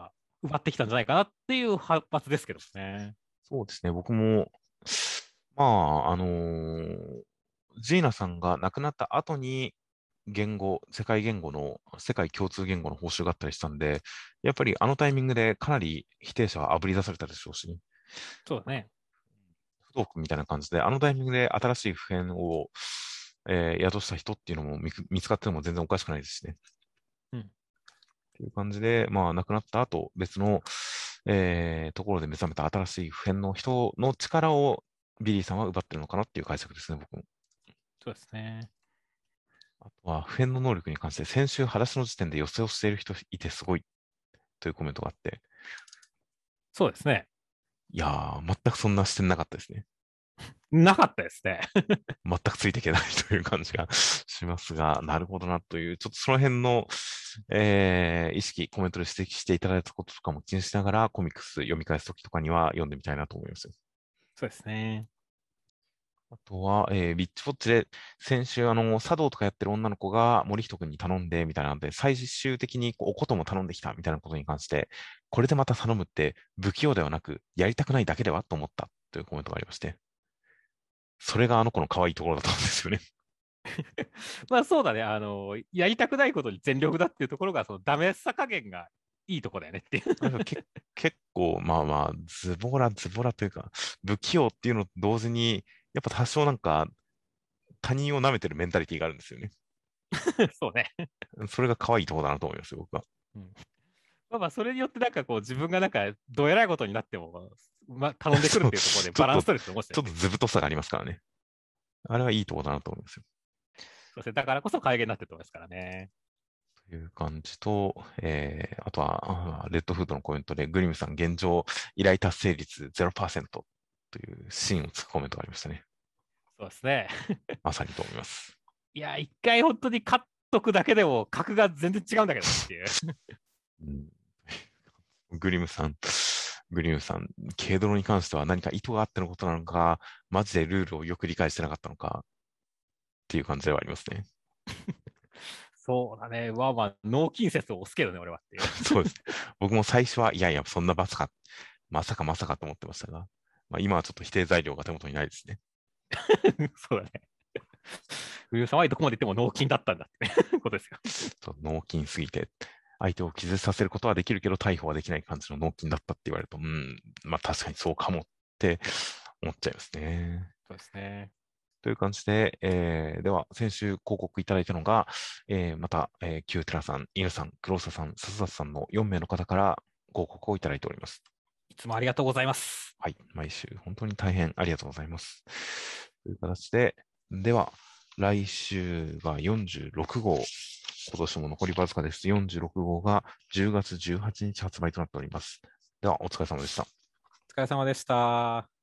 奪ってきたんじゃないかなっていう反発ですけどね。 そうですね。僕も、まあ、ジーナさんが亡くなった後に、世界言語の、世界共通言語の報酬があったりしたんで、やっぱりあのタイミングでかなり否定者は炙り出されたでしょうしね、 そうだね。 不登校みたいな感じで、あのタイミングで新しい普遍を、宿した人っていうのも見つかっても全然おかしくないですしね。 うん。 っていう感じで、まあ、亡くなった後、別の、ところで目覚めた新しい普遍の人の力をビリーさんは奪ってるのかなっていう解釈ですね、僕も。 そうですね。 あとは、普遍の能力に関して、先週、裸足の時点で寄せをしている人いてすごいというコメントがあって、 そうですね。 いやー、全くそんな視点なかったですね。 なかったですね。 全くついていけないという感じがしますが、なるほどなという、ちょっとその辺の、意識、コメントで指摘していただいたこととかも気にしながら、コミックス読み返すときとかには読んでみたいなと思います。 そうですね。 あとは、ビッチウォッチで、先週、茶道とかやってる女の子が森人君に頼んで、みたいなので、最終的におことも頼んできた、みたいなことに関して、これでまた頼むって、不器用ではなく、やりたくないだけではと思ったというコメントがありまして、それがあの子の可愛いところだったんですよね。 まあそうだね。やりたくないことに全力だっていうところが、そのダメさ加減がいいとこだよねっていう。 なんか結構、まあまあ、ズボラというか、不器用っていうのと同時に、やっぱ多少なんか、他人を舐めてるメンタリティがあるんですよね。 そうね。 それが可愛いところだなと思いますよ、僕は。 うん、まあまあ、それによってなんかこう、自分がなんか、どえらいことになっても、まあ、頼んでくるそう、 っていうところでちょっと、 バランス取れてましたよね。 ちょっと図太さがありますからね。あれはいいところだなと思いますよ。 そうですね。だからこそ改元になってると思いますからね。 という感じと、あとは、レッドフードのコメントで、グリムさん現状依頼達成率0%というシーンをつくコメントがありましたね。 そうですね。 まさにと思います。 いや、一回本当に勝っとくだけでも格が全然違うんだけどねっていう。 うん、グリムさん、グリムさん、軽泥に関しては何か意図があってのことなのか、マジでルールをよく理解してなかったのかっていう感じではありますね。 そうだね。まあまあ、脳筋説を押すけどね、俺はっていう。 そうです。僕も最初は、いやいや、そんなまさかと思ってましたが、まあ、今はちょっと否定材料が手元にないですね。 そうだね。冬さんはどこまで行っても脳筋だったんだってねことですよ。 脳筋すぎて、相手を気絶させることはできるけど、逮捕はできない感じの脳筋だったって言われると、まあ確かにそうかもって思っちゃいますね。 そうですね。 という感じで、では、先週広告いただいたのが、また、キューテラさん、イヌさん、クローサさん、サスサスさんの4名の方から広告をいただいております。 いつもありがとうございます。 はい、毎週本当に大変ありがとうございます。という形で、では、来週が46号、今年も残りわずかです。46号が10月18日発売となっております。では、お疲れ様でした。 お疲れ様でした。